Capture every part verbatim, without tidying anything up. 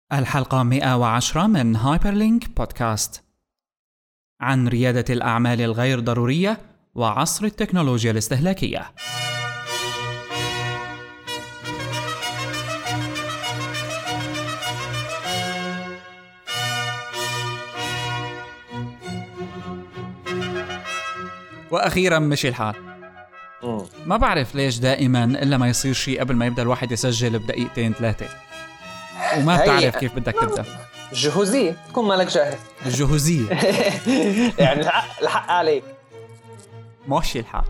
الحلقة مئة وعشرة من هايبرلينك بودكاست عن ريادة الأعمال الغير ضرورية وعصر التكنولوجيا الاستهلاكية. وأخيرا مشي الحال. ما بعرف ليش دائما إلا ما يصير شيء قبل ما يبدأ الواحد يسجل بدقيقتين ثلاثة وما بتعرف كيف بدك تبدأ. الجهوزية تكون مالك جاهز. الجهوزية يعني الحق, الحق عليك. ماشي الحال.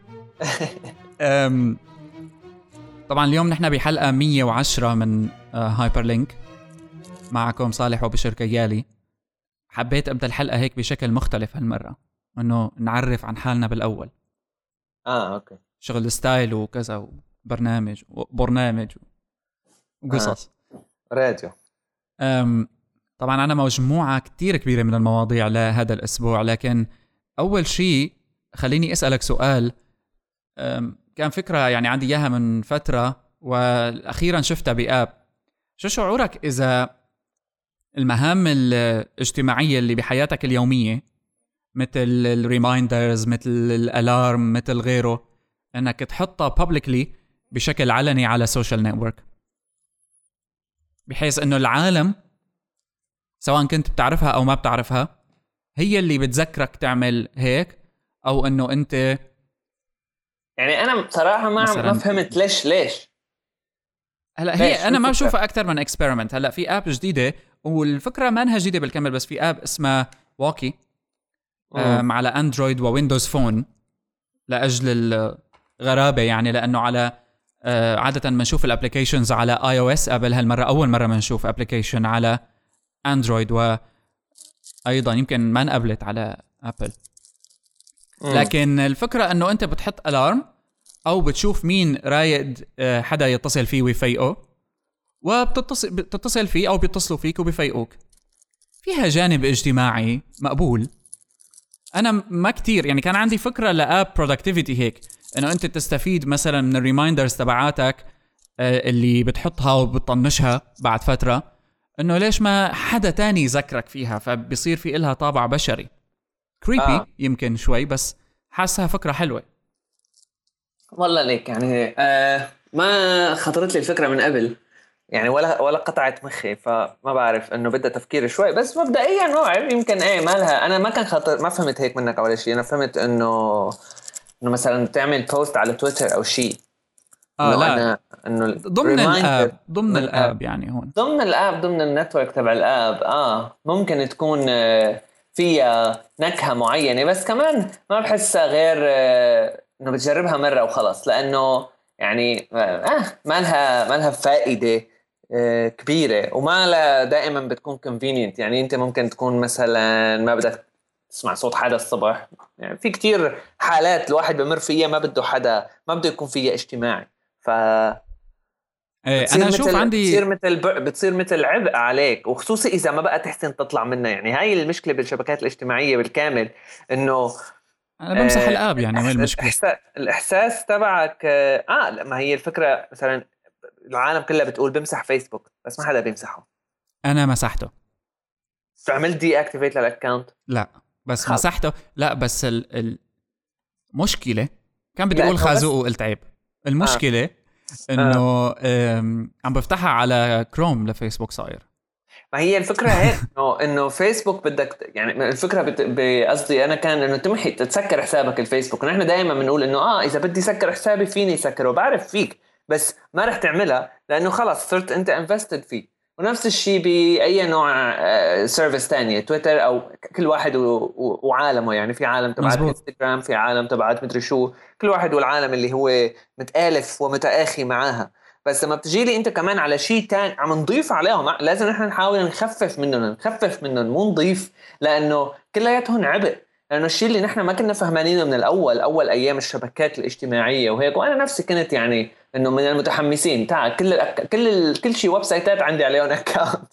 طبعا اليوم نحن بحلقة مية وعشرة من هايبرلينك، معكم صالح وبشر كيالي. حبيت أبدأ الحلقة هيك بشكل مختلف هالمرة، إنه نعرف عن حالنا بالأول. آه أوكي. شغل ستايل وكذا وبرنامج وبرنامج وقصص. آه. راديو. أم طبعا أنا مجموعة كتير كبيرة من المواضيع لهذا الأسبوع، لكن أول شيء خليني أسألك سؤال. كان فكرة يعني عندي إياها من فترة وأخيرا شفتها بآب. شو شعورك إذا المهام الاجتماعية اللي بحياتك اليومية مثل الريمايندرز، مثل الألارم، مثل غيره، أنك تحطها publicly بشكل علني على سوشيال نتورك، بحيث أنه العالم سواء كنت بتعرفها أو ما بتعرفها هي اللي بتذكرك تعمل هيك، أو أنه أنت يعني أنا بصراحة ما ما فهمت ليش ليش هلا هي ليش أنا ما بشوفها أكتر من إكسبيرمنت. هلا في آب جديدة، والفكرة ما انها جديدة بالكامل، بس في آب اسمها واكي على أندرويد وويندوز فون لأجل الغرابة، يعني لأنه على عادة ما نشوف الابليكيشنز على اي او اس، قبل هالمرة أول مرة ما نشوف ابليكيشن على اندرويد، وايضا يمكن ما انقبلت على ابل. لكن الفكرة انه انت بتحط الارم او بتشوف مين رايد حدا يتصل فيه ويفيقه، وبتتصل بتتصل فيه او بيتصلوا فيك وبيفيقوك. فيها جانب اجتماعي مقبول. انا ما كتير يعني كان عندي فكرة لاب برودكتيفيتي هيك، انه انت تستفيد مثلا من الريمايندرز تبعاتك اللي بتحطها وبتطنشها بعد فترة، انه ليش ما حدا تاني يذكرك فيها، فبيصير في إلها طابع بشري كريبي. آه. يمكن شوي، بس حاسها فكرة حلوة والله. ليك يعني آه ما خطرت لي الفكرة من قبل يعني، ولا ولا قطعت مخي، فما بعرف انه بدها تفكير شوي. بس مبدئيا نوع يمكن ايه مالها. انا ما كان خطر، ما فهمت هيك منك اول شيء. انا فهمت انه انه مثلا تعمل بوست على تويتر او شيء. اه لا أنا انه ضمن الاب ضمن الاب يعني هون ضمن الاب ضمن النتورك تبع الاب. اه ممكن تكون فيها نكهة معينة، بس كمان ما بحسها غير انه بتجربها مرة وخلص، لانه يعني اه ما لها ما لها فائدة كبيرة، وما لا دائما بتكون convenient. يعني انت ممكن تكون مثلا ما بدك تسمع صوت حدا الصبح، يعني في كتير حالات الواحد بمر فيها ما بده حدا، ما بده يكون فيها اجتماعي. ف ايه انا اشوف عندي بتصير مثل بتصير مثل عبء عليك، وخصوصي اذا ما بقى تحسن تطلع منها. يعني هاي المشكله بالشبكات الاجتماعيه بالكامل، انه انا بمسح آه الاب. يعني وين المشكله؟ الإحساس, الاحساس تبعك اه, آه لا ما هي الفكره. مثلا العالم كلها بتقول بمسح فيسبوك، بس ما حدا بيمسحه. انا مسحته. شو عملت دي اكتيفيت للاكونت؟ لا بس خلص. مسحته. لا بس ال المشكله كان بدي اقول خازوق وقلت عيب. المشكله آه. انه عم بفتحها على كروم لفيسبوك صاير. ما هي الفكره هيك انه انه فيسبوك بدك يعني الفكره بقصدي انا كان انه تمحي تسكر حسابك الفيسبوك. نحن دائما بنقول انه اه اذا بدي سكر حسابي فيني سكره، بعرف فيك، بس ما رح تعملها لانه خلص صرت انت انفستد فيه. ونفس الشيء باي نوع سيرفيس تانية، تويتر او كل واحد وعالمه. يعني في عالم تبعت انستغرام، في عالم تبعت مدري شو، كل واحد والعالم اللي هو متآلف ومتآخي معاها. بس لما بتجي لي انت كمان على شيء تاني عم نضيف عليهم، لازم نحن نحاول نخفف منهم نخفف منهم مو نضيف، لانه كلياتهم عبء. لانه الشيء اللي نحن ما كنا فهمانينه من الاول، اول ايام الشبكات الاجتماعيه وهيك، وانا نفسي كنت يعني انه من المتحمسين تعال كل الأك... كل ال... كل شيء ويب سايتات عندي عليهم اكونت.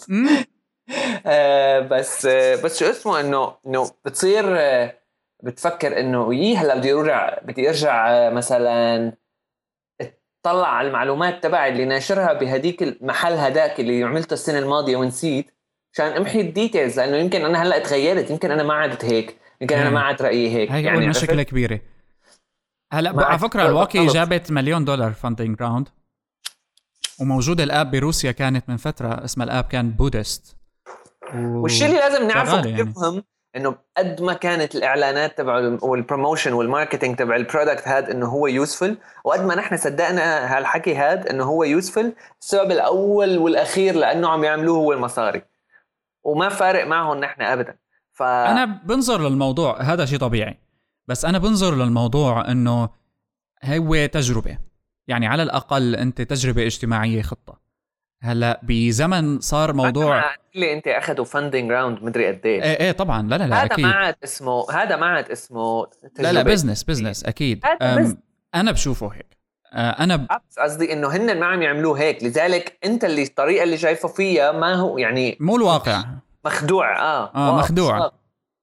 آه بس آه بس شو اسمه انه انه بتصير آه بتفكر انه يي هلا بدي ارجع بدي ارجع آه مثلا طلع على المعلومات تبعي اللي ناشرها بهديك المحل هداك اللي عملته السنة الماضية ونسيت عشان امحي الديتيلز، لانه يمكن انا هلا اتغيرت، يمكن انا ما عدت هيك، يمكن انا ما عاد رايي هيك. هي يعني مشكله كبيره. هلا على فكره الواقي جابت مليون دولار فاندينج راوند، وموجوده الاب بروسيا، كانت من فتره اسمها الاب كان بودست. و... والشيء اللي لازم نعرفه كثير يعني. مهم انه قد ما كانت الاعلانات تبع والبروموشن والماركتينج تبع البرودكت هاد انه هو يوسفل، وقد ما نحن صدقنا هالحكي هاد انه هو يوسفل، السبب الاول والاخير لانه عم يعملوه هو المصاري، وما فارق معهم نحن ابدا. ف... انا بنظر للموضوع هذا شيء طبيعي، بس انا بنظر للموضوع انه هو تجربه، يعني على الاقل انت تجربه اجتماعيه خطه. هلا بزمن صار موضوع اللي انت اخذوا فاندينج راوند مدري قد ايه. ايه ايه طبعا. لا لا لا هذا اكيد. ما عاد اسمه هذا ما عاد اسمه تجربة. لا لا بزنس بزنس اكيد. انا بشوفه هيك. انا قصدي انه هن ما عم يعملوه هيك، لذلك انت اللي الطريقه اللي شايفه فيها ما هو يعني مو الواقع، مخدوع. اه اه مخدوع. آه.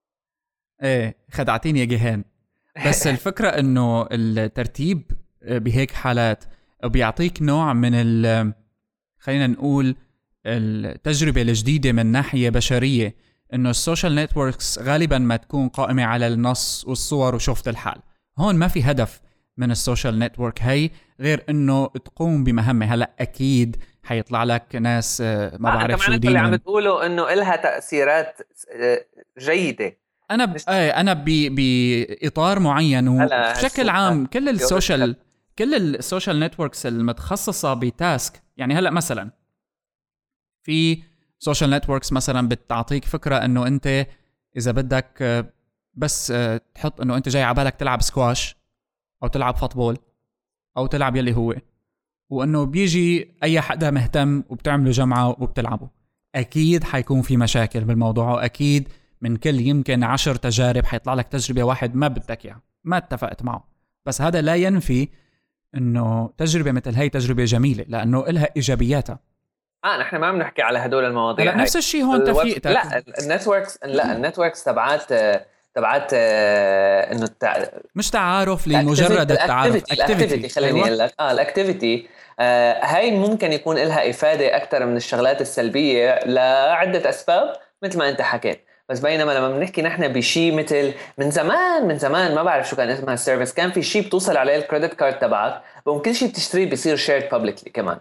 ايه خدعتيني يا جيهان. بس الفكره انه الترتيب بهيك حالات بيعطيك نوع من ال خلينا نقول التجربة الجديدة من ناحية بشرية، إنه السوشيال نتوركس غالباً ما تكون قائمة على النص والصور وشوفت الحال. هون ما في هدف من السوشيال نتورك هاي غير إنه تقوم بمهمة. هلأ أكيد حيطلع لك ناس ما بعرف شو دينهم. اللي عم تقوله إنه إلها تأثيرات جيدة. أنا ب... ايه أنا ب... بإطار معين وبشكل عام كل السوشيال كل السوشيال نتوركس المتخصصة بتاسك. يعني هلأ مثلاً في سوشيال نتوركس مثلا بتعطيك فكرة انه انت اذا بدك بس تحط انه انت جاي عبالك تلعب سكواش او تلعب فوتبول او تلعب يلي هو، وانه بيجي اي حدا مهتم وبتعملوا جمعة وبتلعبوا، اكيد حيكون في مشاكل بالموضوع، واكيد من كل يمكن عشر تجارب حيطلع لك تجربة واحد ما بدك اياها، ما اتفقت معه. بس هذا لا ينفي انه تجربة مثل هاي تجربة جميلة لانه إلها ايجابياتها. اه نحن ما بنحكي على هدول المواضيع. لا نفس الشيء هون تفريقتك. لا النتوركس لا النتوركس تبعات تبعات انه التع... مش تعارف لمجرد التعارف. الاكتيفيتي خليني اقول لك اه الاكتيفيتي آه هاي ممكن يكون لها افاده اكثر من الشغلات السلبيه لعده اسباب مثل ما انت حكيت. بس بينما لما بنحكي نحن بشيء مثل من زمان من زمان ما بعرف شو كان اسمها السيرفيس، كان في شيء بتوصل عليه الكريدت كارد تبعك بقوم كل شيء بتشتريه بيصير شيرد بابليكلي كمان.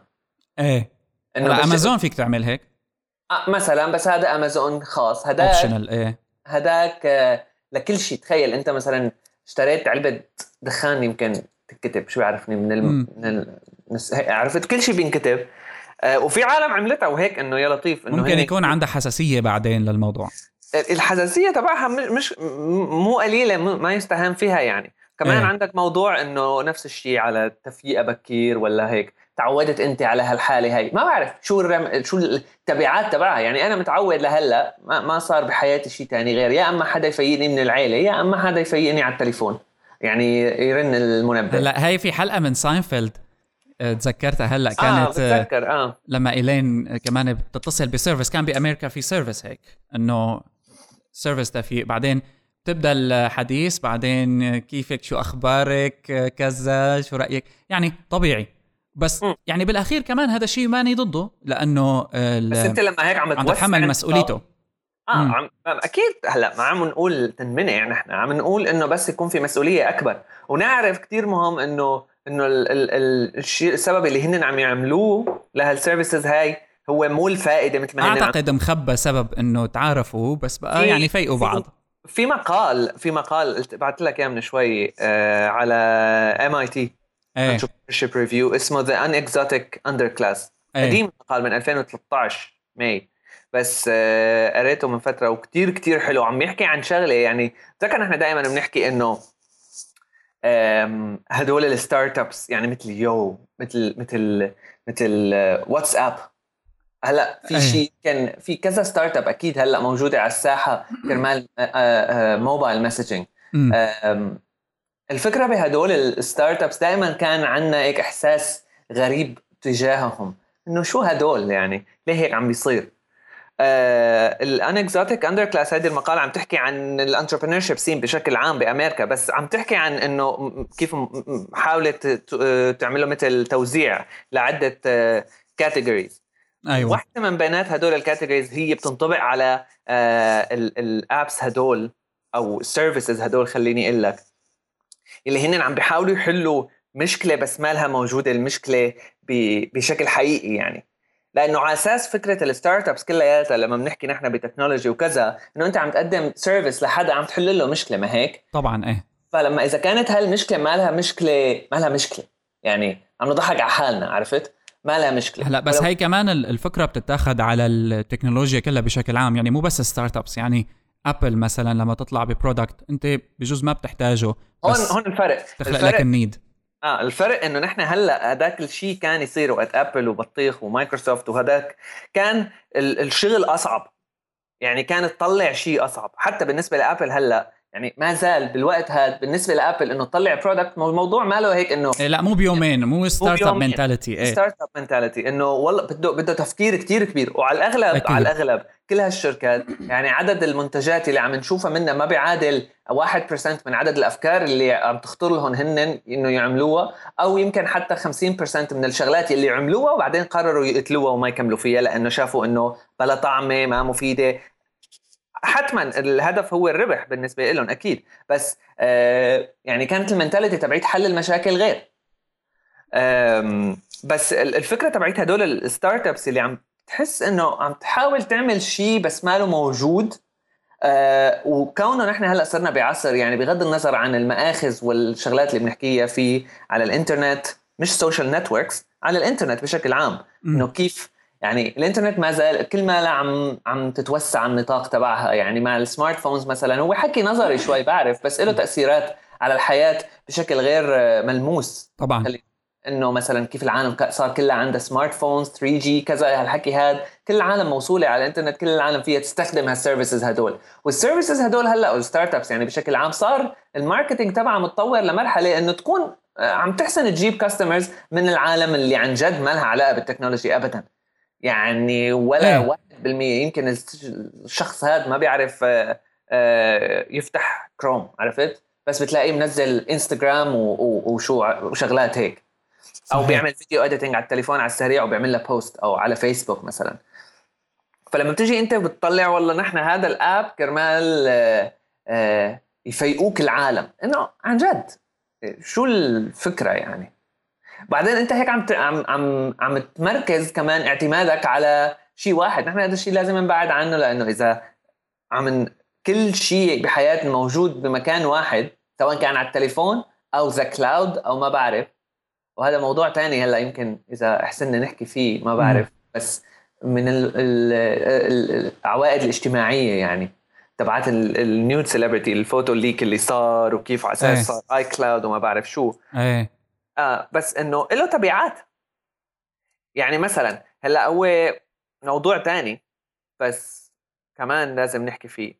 ايه هلا امازون فيك تعمل هيك آه مثلا، بس هذا امازون خاص، هذاك اوبشنال. ايه هذاك آه لكل شيء. تخيل انت مثلا اشتريت علبه دخان يمكن تكتب شو يعرفني من ال... من ال... عرفت كل شيء بينكتب. آه وفي عالم عملتها وهيك انه يا لطيف انه ممكن يكون عندها حساسيه بعدين للموضوع. الحساسيه تبعها مش مو قليله، ما يستهان فيها يعني. كمان ايه. عندك موضوع انه نفس الشيء على تفيئه بكير ولا هيك، تعودت انت على هالحاله هاي، ما بعرف شو الرم... شو التبعات تبعها. يعني انا متعود لهلا ما... ما صار بحياتي شيء تاني غير يا اما حدا يفيقني من العيله يا اما حدا يفيقني على التليفون، يعني يرن المنبه. هلا هاي في حلقه من ساينفيلد تذكرتها هلا كانت آه بتذكر اه لما إيلين كمان بتتصل بسيرفيس، كان بامريكا في سيرفيس هيك انه سيرفيس تفيق، بعدين تبدا الحديث بعدين كيفك شو اخبارك كذا شو رايك، يعني طبيعي. بس م. يعني بالاخير كمان هذا الشيء ماني ضده لانه بس انت لما هيك عم تتحمل مسؤوليته. اه عم اكيد. هلا ما عم نقول تنمنع، يعني احنا عم نقول انه بس يكون في مسؤوليه اكبر، ونعرف كتير مهم انه انه ال ال ال الشيء السبب اللي هن عم يعملوه لهالسيرفيسز هاي هو مو الفائده مثل ما هن اعتقد مخبى سبب انه تعرفوا بس بقى يعني فيقوا بعض. في مقال في مقال بعت لك اياه من شوي آه على ام اي تي entrepreneurship review اسمه The Unexotic Underclass. قديم المقال من ألفين وثلاثة عشر ماي، بس آه قريته من فتره وكتير كتير حلو. عم يحكي عن شغله، يعني ذكر نحن دائما بنحكي انه هدول الستارت ابس يعني مثل يو مثل مثل مثل واتساب. هلا في شيء كان في كذا ستارت اب اكيد هلا موجوده على الساحه كرمال موبايل مسجنج. الفكره بهدول الستارت ابس دائما كان عندنا هيك احساس غريب تجاههم، انه شو هدول يعني ليه هيك عم بيصير. الانكزوتيك اندر كلاس. هذه المقالة عم تحكي عن الانتربرينورشيب سين بشكل عام بأمريكا، بس عم تحكي عن انه كيف حاولت تعمل له مثل توزيع لعدة كاتيجوريز. أيوة. واحدة من بينات هدول الكاتيجوريز هي بتنطبق على الابس هدول او السيرفيسز هدول، خليني اقول لك، اللي هن عم بيحاولوا يحلوا مشكلة بس ما لها موجودة المشكلة بشكل حقيقي. يعني لانه على اساس فكره الستارت ابس كلياتها لما بنحكي نحن بتكنولوجي وكذا، انه انت عم تقدم سيرفيس لحدا عم تحل له مشكله، ما هيك؟ طبعا ايه. فلما اذا كانت هالمشكله ما لها مشكله ما لها مشكله يعني عم نضحك على حالنا، عرفت؟ ما لها مشكله. هلا بس ولو... هي كمان الفكره بتتاخد على التكنولوجيا كلها بشكل عام، يعني مو بس ستارت ابس. يعني ابل مثلا لما تطلع ببرودكت انت بجوز ما بتحتاجه، بس هون هون الفرق تخلق الفرق لك النيد. اه الفرق انه نحن هلا هذاك الشيء كان يصير وقت ابل وبطيخ ومايكروسوفت وهداك كان ال- الشغل اصعب، يعني كانت تطلع شيء اصعب. حتى بالنسبه لابل هلا يعني ما زال بالوقت هذا بالنسبه لابل انه تطلع برودكت، الموضوع ما له هيك انه إيه لا مو بيومين، مو ستارت اب منتاليتي. ايه ستارت اب منتاليتي انه والله بده بده تفكير كتير كبير. وعلى الاغلب أكيد. على الاغلب كل هالشركات يعني عدد المنتجات اللي عم نشوفها منها ما بيعادل واحد بالمية من عدد الافكار اللي عم تخطر لهم هن انه يعملوها، او يمكن حتى خمسين بالمية من الشغلات اللي عملوها وبعدين قرروا يقتلوها وما يكملوا فيها لانه شافوا انه بلا طعمه ما مفيده. حتما الهدف هو الربح بالنسبه لهم اكيد، بس آه يعني كانت المنتاليتي تبعت حل المشاكل غير. بس الفكره تبعت هدول الستارت ابس اللي عم تحس انه عم تحاول تعمل شيء بس ما له موجود. آه وكونه نحن هلا صرنا بعصر يعني بغض النظر عن المآخذ والشغلات اللي بنحكيها فيه على الانترنت، مش سوشيال نتوركس، على الانترنت بشكل عام، انه كيف يعني الانترنت ما زال كل ما لا عم عم تتوسع النطاق تبعها. يعني مع السمارت فونز مثلا، هو حكي نظري شوي بعرف، بس له تأثيرات على الحياة بشكل غير ملموس طبعا. انه مثلا كيف العالم صار كلها عندها سمارت فونز ثري جي كذا هالحكي هاد، كل العالم موصوله على الانترنت، كل العالم فيها تستخدم هالسيرفيسز هدول. والسيرفيسز هدول هلا والستارت ابس يعني بشكل عام صار الماركتينج تبعها متطور لمرحله انه تكون عم تحسن تجيب كاستمرز من العالم اللي عن جد ما لها علاقه بالتكنولوجي ابدا. يعني ولا ايه. واحد بالمية يمكن الشخص هذا ما بيعرف يفتح كروم، عرفت؟ بس بتلاقيه منزل انستغرام وشو وشغلات هيك، او صحيح. بيعمل فيديو اديتنج على التليفون على السريع وبيعمل له بوست او على فيسبوك مثلا. فلما بتيجي انت بتطلع والله نحن هذا الاب كرمال آه آه يفيقوك العالم، انه عن جد شو الفكره يعني؟ بعدين انت هيك عم عم عم عم تمركز كمان اعتمادك على شيء واحد. نحن هذا الشيء لازم نبعد عنه، لانه اذا عم كل شيء بحياتنا موجود بمكان واحد، سواء كان على التليفون او ذا كلاود او ما بعرف، وهذا موضوع تاني هلا يمكن اذا احسننا نحكي فيه ما بعرف، بس من العوائد الاجتماعيه يعني تبعت النيود سيلبرتي، الفوتو ليك اللي صار وكيف على اساس صار اي كلاود وما بعرف شو. ايه. اه بس انه له تبعات. يعني مثلا هلا هو موضوع تاني بس كمان لازم نحكي فيه.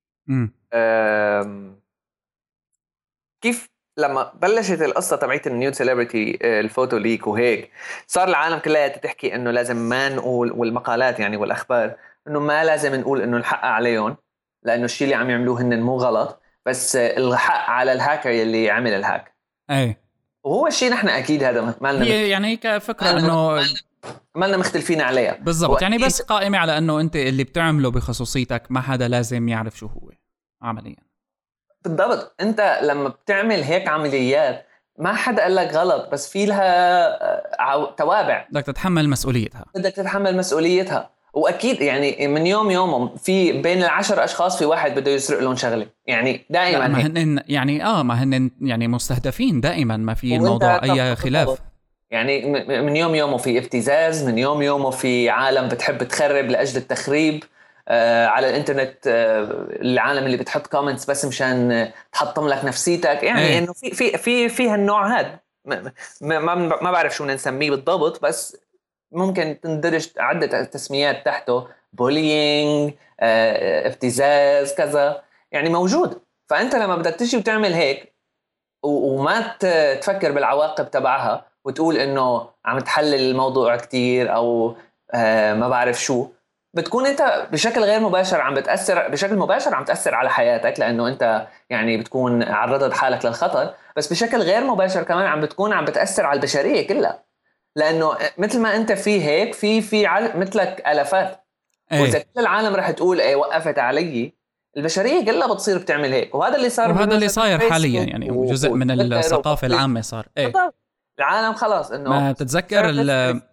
امم كيف لما بلشت القصة تبعت النيود سيلبرتي الفوتو ليك وهيك، صار العالم كلها تحكي انه لازم ما نقول، والمقالات يعني والاخبار، انه ما لازم نقول انه الحق عليهم لانه الشيء اللي عم يعملوه هن مو غلط، بس الحق على الهاكر اللي عمل الهاك. اي. وهو الشيء نحن اكيد هذا ما لنا هي يعني كفكرة انه ما لنا مختلفين عليها بالضبط. يعني بس قائمة على انه انت اللي بتعمله بخصوصيتك ما حدا لازم يعرف شو هو عمليا. بالضبط. انت لما بتعمل هيك عمليات ما حدا قال لك غلط، بس في لها توابع بدك تتحمل مسؤوليتها. بدك تتحمل مسؤوليتها. واكيد يعني من يوم يوم في بين العشر اشخاص في واحد بده يسرق لهم شغله، يعني دائما ما هيك. هن يعني اه ما هن يعني مستهدفين دائما، ما في الموضوع اي خلاف. يعني من يوم يومه في ابتزاز، من يوم يومه في عالم بتحب تخرب لاجل التخريب آه على الانترنت، آه العالم اللي بتحط كومنتس بس مشان تحطم لك نفسيتك. يعني ايه. انه في في في في هالنوع هذا ما, ما, ما بعرف شو نسميه بالضبط، بس ممكن تندرج عدة تسميات تحته، بولينج آه ابتزاز كذا، يعني موجود. فانت لما بدك تجي وتعمل هيك وما تفكر بالعواقب تبعها وتقول انه عم تحلل الموضوع كتير او آه ما بعرف شو، بتكون انت بشكل غير مباشر عم بتاثر، بشكل مباشر عم تاثر على حياتك لانه انت يعني بتكون عرضت حالك للخطر، بس بشكل غير مباشر كمان عم بتكون عم بتاثر على البشريه كلها، لانه مثل ما انت في هيك في في مثلك الافات. أيه. واذا كل العالم رح تقول ايه وقفت علي، البشريه كلها بتصير بتعمل هيك، وهذا اللي صار، وهذا اللي صاير حاليا يعني و... جزء من الثقافه العامه صار. ايه العالم خلاص انه ما بتتذكر ال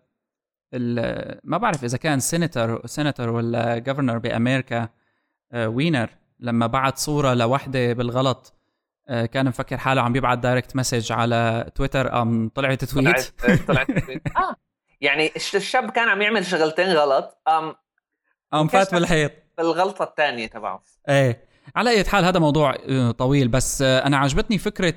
ال ما بعرف اذا كان سيناتور سيناتور ولا جوفرنر بامريكا، آه وينر، لما بعت صوره لوحده بالغلط، آه كان مفكر حاله عم بيبعت دايركت مسج على تويتر، ام طلعت تويت طلعت طلعت تويت اه يعني الشاب كان عم يعمل شغلتين غلط، ام ام فات بالحيط بالغلطه الثانيه تبعه. ايه على اي حال هذا موضوع طويل، بس انا عجبتني فكره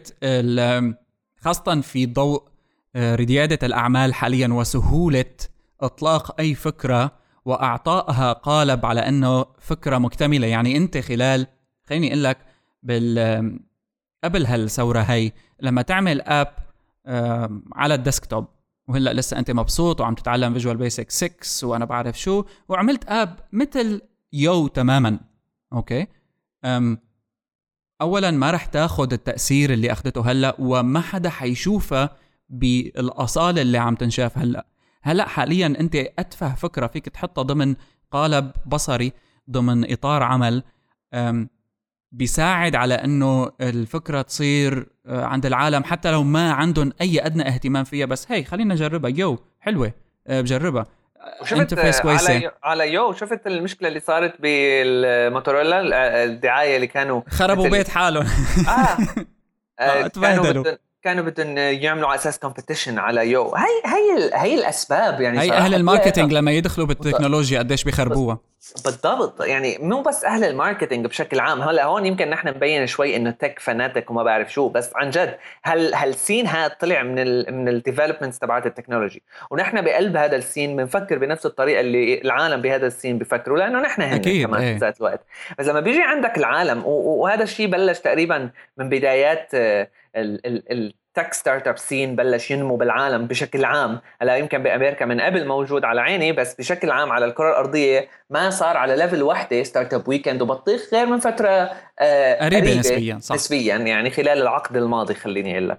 خاصه في ضوء رياده الاعمال حاليا وسهوله اطلاق اي فكره واعطائها قالب على انه فكره مكتمله. يعني انت خلال خليني اقول لك بال قبل هالثوره هي لما تعمل اب على الديسكتوب، وهلا لسه انت مبسوط وعم تتعلم فيجوال بيسك ستة وانا بعرف شو، وعملت اب مثل يو تماما، اوكي، أم اولا ما رح تاخد التأثير اللي اخدته هلا، وما حدا حيشوفها بالاصالة اللي عم تنشاف هلا. هلا حاليا انت اتفه فكرة فيك تحطها ضمن قالب بصري، ضمن اطار عمل، أم بيساعد على انه الفكرة تصير عند العالم حتى لو ما عندهم اي ادنى اهتمام فيها، بس هي خلينا نجربها، يو حلوة بجربها، انترفيس كويسه. على على يو شفت المشكله اللي صارت بالموتوريلا، الدعايه اللي كانوا خربوا بيت حالهم اه, آه كانوا بدن كانوا بدهم يعملوا على اساس كومبيتيشن على يو. هي هي هي الاسباب يعني. هي اهل الماركتينج لما يدخلوا بالتكنولوجيا قديش بيخربوها. بالضبط، يعني مو بس اهل الماركتينج بشكل عام. هلا هون يمكن نحن نبين شوي انه تك فناتك وما بعرف شو، بس عن جد هل هالسين هذا طلع من ال من الديفلوبمنتس تبعت التكنولوجي، ونحن بقلب هذا السين بنفكر بنفس الطريقه اللي العالم بهذا السين بيفكروا، لانه نحن هن كمان ايه. في ذات الوقت. بس لما بيجي عندك العالم، وهذا الشيء بلش تقريبا من بدايات ال ال ال تك ستارت اب سين بلش ينمو بالعالم بشكل عام. هلا يمكن بامريكا من قبل موجود على عيني، بس بشكل عام على الكره الارضيه ما صار على ليفل وحده ستارت اب ويكند وبطيخ غير من فتره آه قريبه, قريبة نسبيا صح. نسبيا يعني خلال العقد الماضي خليني اقول لك.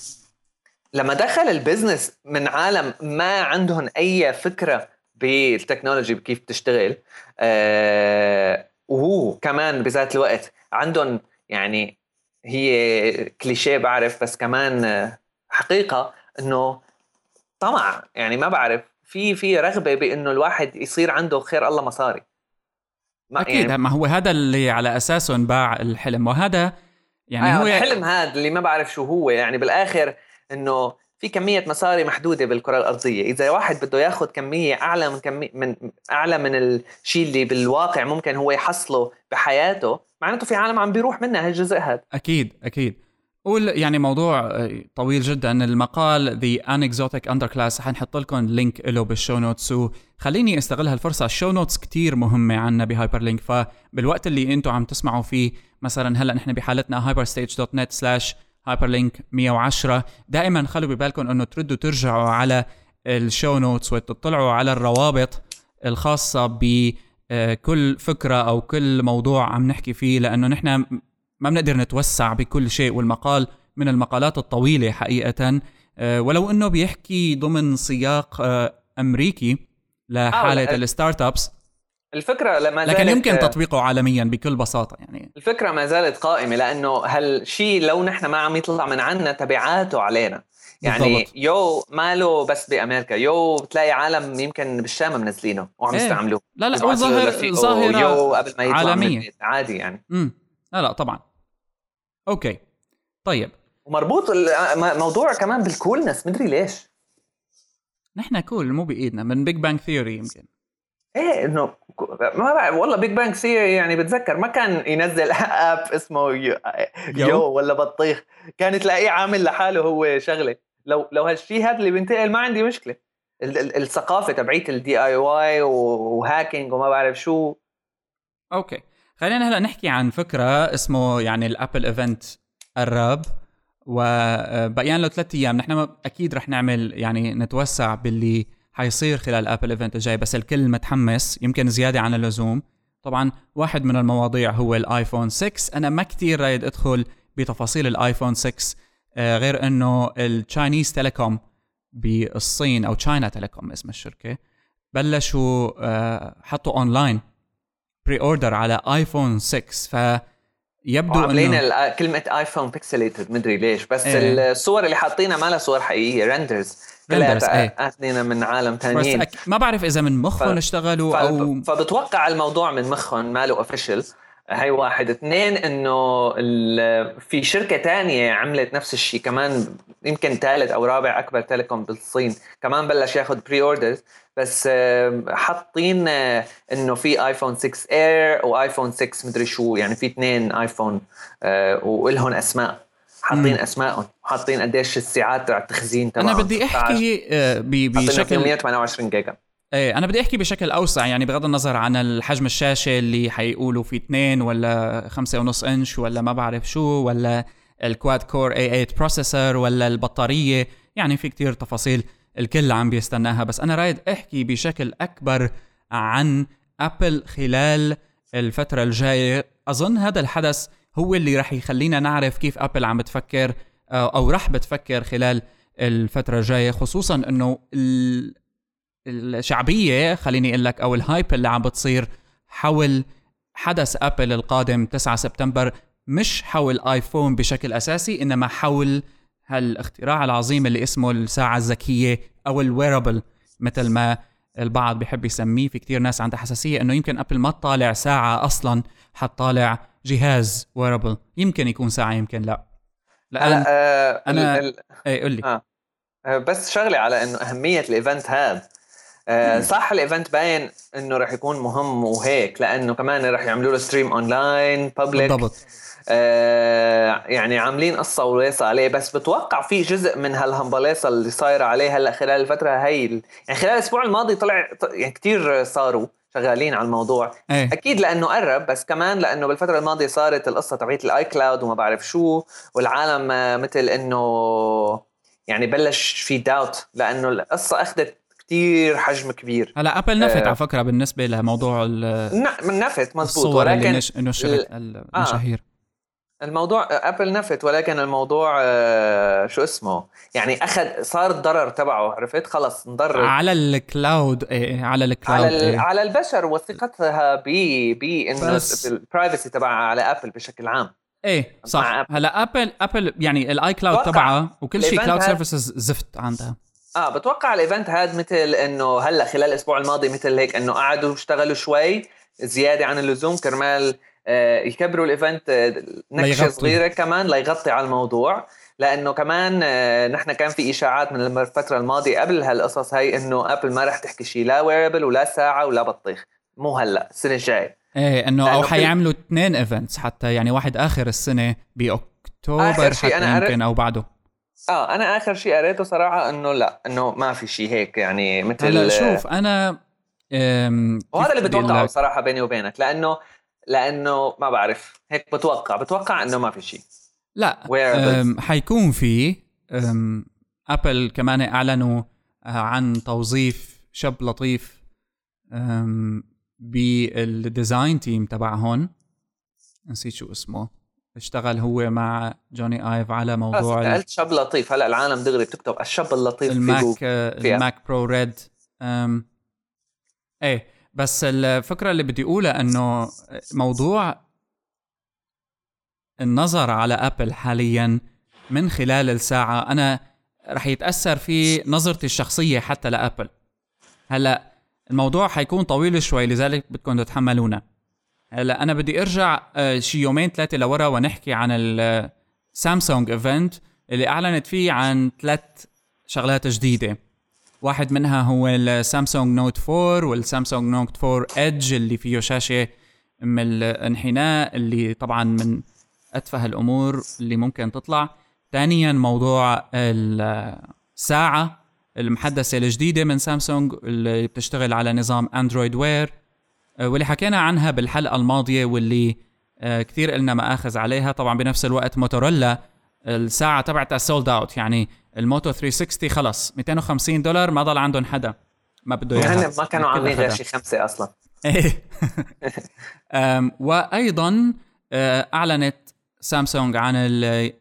لما دخل البزنس من عالم ما عندهم اي فكره بالتكنولوجي كيف تشتغل، آه وهو كمان بذات الوقت عندهم يعني هي كليشيه بعرف، بس كمان حقيقة انه طمع، يعني ما بعرف في في رغبة بانه الواحد يصير عنده خير الله مصاري. ما اكيد يعني ما هو هذا اللي على اساسه انباع الحلم، وهذا يعني آه هو الحلم هذا اللي ما بعرف شو هو. يعني بالاخر انه في كمية مصاري محدودة بالكرة الأرضية، إذا واحد بده ياخد كمية أعلى من كمية من أعلى من الشيء اللي بالواقع ممكن هو يحصله بحياته، معناته في عالم عم بيروح منها هالجزء هذا. أكيد أكيد. قول يعني موضوع طويل جدا. المقال The Unexotic Underclass حنحط لكم لينك له بالشو نوتس، وخليني استغل هالفرصة. الشو نوتس كتير مهمة عنا بهايبر لينك، فبالوقت اللي انتوا عم تسمعوا فيه مثلا هلأ نحن بحالتنا hyperstage دوت net slash hyperlink مية وعشرة، دائما خلوا ببالكم انه تردوا ترجعوا على الشو نوتس وتطلعوا على الروابط الخاصة بكل فكرة او كل موضوع عم نحكي فيه، لانه نحن ما بنقدر نتوسع بكل شيء، والمقال من المقالات الطويلة حقيقة، ولو انه بيحكي ضمن سياق امريكي لحالة آه الستارت ابس، الفكرة لما لكن يمكن تطبيقه عالميا بكل بساطة. يعني الفكرة ما زالت قائمة، لأنه هالشيء لو نحن ما عم يطلع من عنا تبعاته علينا. يعني بالضبط. يو ماله بس بأمريكا، يو بتلاقي عالم يمكن بالشام منزلينه وعم ايه. يستعملوه. لا لا ظاهر ظاهرة يو قبل ما يطلع عالمية. من البيت عادي يعني. امم لا لا طبعا. اوكي طيب، ومربوط الموضوع كمان بالكولنس، مدري ليش نحن كول مو بإيدنا، من بيج بانج ثيوري يمكن. ايه انه ما بعرف والله. بيج بانج ثيوري يعني بتذكر ما كان ينزل اب اسمه يو, يو ولا بطيخ، كان تلاقيه عامل لحاله هو شغله. لو لو هالشيء هذا اللي بينتقل ما عندي مشكله. الثقافه تبعيت الدي اي واي وهاكينج وما بعرف شو. اوكي خلينا هلا نحكي عن فكره اسمه يعني الابل ايفنت قرب، وبقيان له ثلاثة ايام. نحن اكيد رح نعمل يعني نتوسع باللي حيصير خلال ابل ايفنت الجاي، بس الكل متحمس يمكن زياده عن اللزوم. طبعا واحد من المواضيع هو الايفون ستة. انا ما كتير رايد ادخل بتفاصيل الايفون ستة، آه غير انه التشاينيز تيليكوم بالصين او تشاينا تيليكوم اسم الشركه بلشوا آه حطوا اونلاين بري اوردر على ايفون ستة، فيبدو انه كلمه ايفون بيكسليتد مدري ليش، بس ايه. الصور اللي حاطينها ما لها صور حقيقيه، رندرز اثنين من عالم ثانيين، أك... ما بعرف اذا من مخهم ف... اشتغلوا ف... او فبتوقع الموضوع من مخهم ما له اوفيشال. هاي واحد. اثنين انه ال... في شركه تانية عملت نفس الشيء كمان، يمكن ثالث او رابع اكبر تيليكوم بالصين، كمان بلش ياخذ بري اوردرز، بس حاطين انه في ايفون ستة اير وايفون ستة مدري شو، يعني في اثنين ايفون ولهم اسماء، حاطين اسمائهم، حاطين قديش الساعات تبع التخزين تبعهم. انا بدي احكي بشكل مية وثمانية وعشرين جيجا. ايه انا بدي احكي بشكل اوسع، يعني بغض النظر عن الحجم الشاشه اللي حيقولوا في اثنين ولا خمسة ونص انش ولا ما بعرف شو، ولا الكواد كور إيه ثمانية بروسيسور، ولا البطاريه، يعني في كتير تفاصيل الكل عم بيستناها. بس أنا رايد أحكي بشكل أكبر عن أبل خلال الفترة الجاية. أظن هذا الحدث هو اللي رح يخلينا نعرف كيف أبل عم بتفكر أو رح بتفكر خلال الفترة الجاية، خصوصاً أنه الشعبية خليني أقول لك أو الهايب اللي عم بتصير حول حدث أبل القادم تسعة سبتمبر، مش حول آيفون بشكل أساسي، إنما حول هالاختراع العظيم اللي اسمه الساعة الذكية أو الويرابل مثل ما البعض بيحب يسميه. في كتير ناس عندها حساسية إنه يمكن أبل ما تطالع ساعة أصلاً، حتطالع جهاز ويرابل، يمكن يكون ساعة يمكن لا. لأن آه أنا ال... أي قل لي آه. بس شغلي على إنه أهمية الإيفنت هذا. آه صح الإيفنت باين إنه رح يكون مهم وهيك، لأنه كمان رح يعملوا له ستريم أونلاين بابليك. بالضبط. آه يعني عاملين قصة وليصة عليه، بس بتوقع في جزء من هالهمبليصة اللي صايرة عليه هلأ خلال الفترة هاي، يعني خلال الأسبوع الماضي طلع يعني كتير صاروا شغالين على الموضوع. أيه. أكيد لأنه قرب، بس كمان لأنه بالفترة الماضية صارت القصة تبعية الآي كلاود وما بعرف شو، والعالم مثل إنه يعني بلش في داوت، لأنه القصة أخذت كتير حجم كبير. هلا أبل نفت آه على فكرة بالنسبة لموضوع من نفت مزبوط، ولكن إنه نشرت المشاهير آه. الموضوع أبل نفت، ولكن الموضوع آه شو اسمه يعني أخذ صار الضرر تبعه، عرفت خلص نضرر على الكلاود. إيه على الكلاود على, إيه. على البشر وثقتها ب ب إنه البرايفسي تبعها على أبل بشكل عام. إيه صح. هلا أبل أبل يعني الآي كلاود تبعها وكل شيء كلاود سيرفيسز زفت عندها. اه بتوقع الايفنت هذا مثل انه هلا خلال الاسبوع الماضي مثل هيك انه قعدوا اشتغلوا شوي زياده عن اللزوم كرمال آه يكبروا الايفنت آه نكشه صغيره كمان ليغطي على الموضوع، لانه كمان آه نحن كان في اشاعات من الفتره الماضيه قبل هالقصص هاي انه ابل ما رح تحكي شيء لا ويربل ولا ساعه ولا بطيخ، مو هلا السنه الجايه. ايه انه او حيعملوا اثنين ايفنتس حتى، يعني واحد اخر السنه باكتوبر حتى يمكن او بعده. اه انا اخر شيء قريته صراحه انه لا انه ما في شيء هيك يعني مثل هلا شوف انا وهذا اللي بتوقعه صراحه بيني وبينك، لانه لانه ما بعرف هيك بتوقع بتوقع انه ما في شيء. لا حيكون في ابل كمان اعلنوا عن توظيف شاب لطيف بالديزاين تيم تبعهم، نسيت شو اسمه، اشتغل هو مع جوني آيف على موضوع ال... قلت شاب لطيف. هلا العالم دغري بتكتب الشاب اللطيف الماك في الماك برو ريد. أم... ايه بس الفكرة اللي بدي اقولها انه موضوع النظر على ابل حاليا من خلال الساعة انا رح يتأثر في نظرتي الشخصية حتى لأبل. هلا الموضوع حيكون طويل شوي لذلك بدكم تتحملونا. هلا انا بدي ارجع شي يومين ثلاثه لورا ونحكي عن السامسونج ايفنت اللي اعلنت فيه عن ثلاث شغلات جديده. واحد منها هو السامسونج نوت فور والسامسونج نوت فور ايدج اللي فيه شاشه من الانحناء اللي طبعا من اتفه الامور اللي ممكن تطلع. ثانيا موضوع الساعه المحدثه الجديده من سامسونج اللي بتشتغل على نظام اندرويد وير واللي حكينا عنها بالحلقة الماضية واللي كثير قلنا مآخذ عليها. طبعا بنفس الوقت موتورولا الساعة تبعتها سولد اوت، يعني الموتو ثلاثمية وستين خلص مئتين وخمسين دولار ما ضل عندهم حدا. ما بده اياها. ما كانوا عاملين غير شي خمسة اصلا. وايضا اعلنت سامسونج عن ال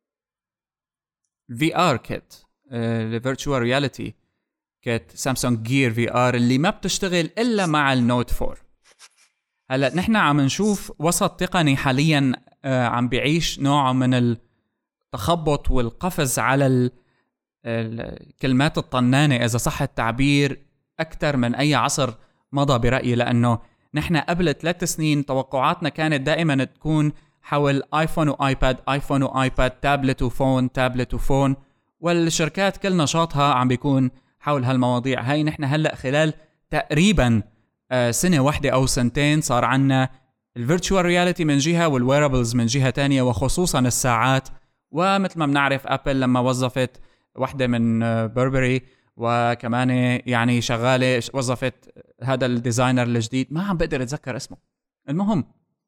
في آر كيت، الفيرتشوال رياليتي كيت، سامسونج جير في آر اللي ما بتشتغل الا مع النوت فور. هلا نحن عم نشوف وسط تقني حاليا عم بيعيش نوع من التخبط والقفز على الكلمات الطنانة إذا صح التعبير أكثر من أي عصر مضى برأيي، لأنه نحن قبل ثلاث سنين توقعاتنا كانت دائما تكون حول آيفون وآيباد، آيفون وآيباد، تابلت وفون، تابلت وفون، والشركات كل نشاطها عم بيكون حول هالمواضيع هاي. نحن هلأ خلال تقريبا سنة واحدة أو سنتين صار عنا الفيرتشوال رياليتي من جهة والويرابلز من جهة تانية، وخصوصا الساعات. ومثل ما بنعرف أبل لما وظفت واحدة من بيربري وكمان يعني شغالة وظفت هذا الديزاينر الجديد ما عم بقدر أتذكر اسمه. المهم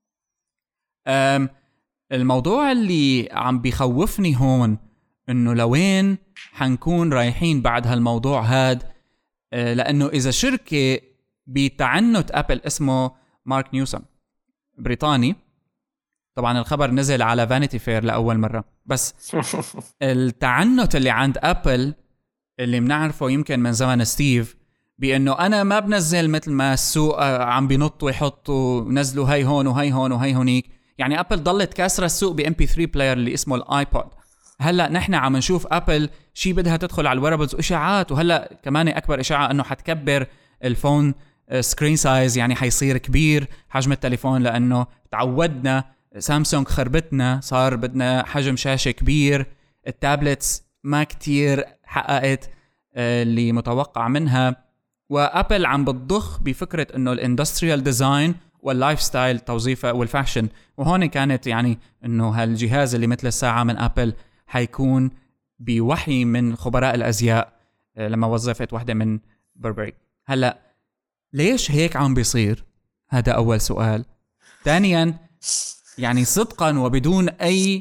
الموضوع اللي عم بيخوفني هون إنه لوين حنكون رايحين بعد هالموضوع هاد، لأنه إذا شركة بتعنت أبل اسمه مارك نيوسم بريطاني، طبعا الخبر نزل على فانيتي فير لأول مرة، بس التعنت اللي عند أبل اللي منعرفه يمكن من زمن ستيف بأنه أنا ما بنزل مثل ما السوق عم بينط ويحطوا نزلوا هاي هون وهاي هون وهاي هونيك. يعني أبل ضلت كاسرة السوق ب إم بي ثري بلاير اللي اسمه الآيبود. هلأ نحن عم نشوف أبل شي بدها تدخل على الويرابلز وإشاعات، وهلأ كمان أكبر إشاعة أنه حتكبر الفون سكرين سايز، يعني حيصير كبير حجم التليفون، لأنه تعودنا سامسونج خربتنا صار بدنا حجم شاشة كبير. التابلتس ما كتير حققت اللي متوقع منها، وأبل عم بتضخ بفكرة أنه الاندستريال ديزاين واللايف ستايل توظيفه والفاشن. وهون كانت يعني أنه هالجهاز اللي مثل الساعة من أبل حيكون بوحي من خبراء الأزياء لما وظفت واحدة من بيربري. هلأ ليش هيك عم بيصير؟ هذا أول سؤال. ثانياً يعني صدقاً وبدون أي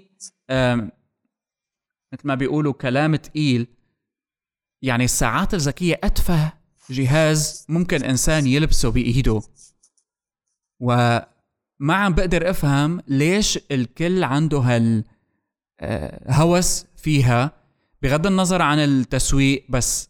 مثل ما بيقولوا كلام تقيل، يعني الساعات الذكية أتفه جهاز ممكن إنسان يلبسه بإيده، وما عم بقدر أفهم ليش الكل عنده هالهوس فيها بغض النظر عن التسويق. بس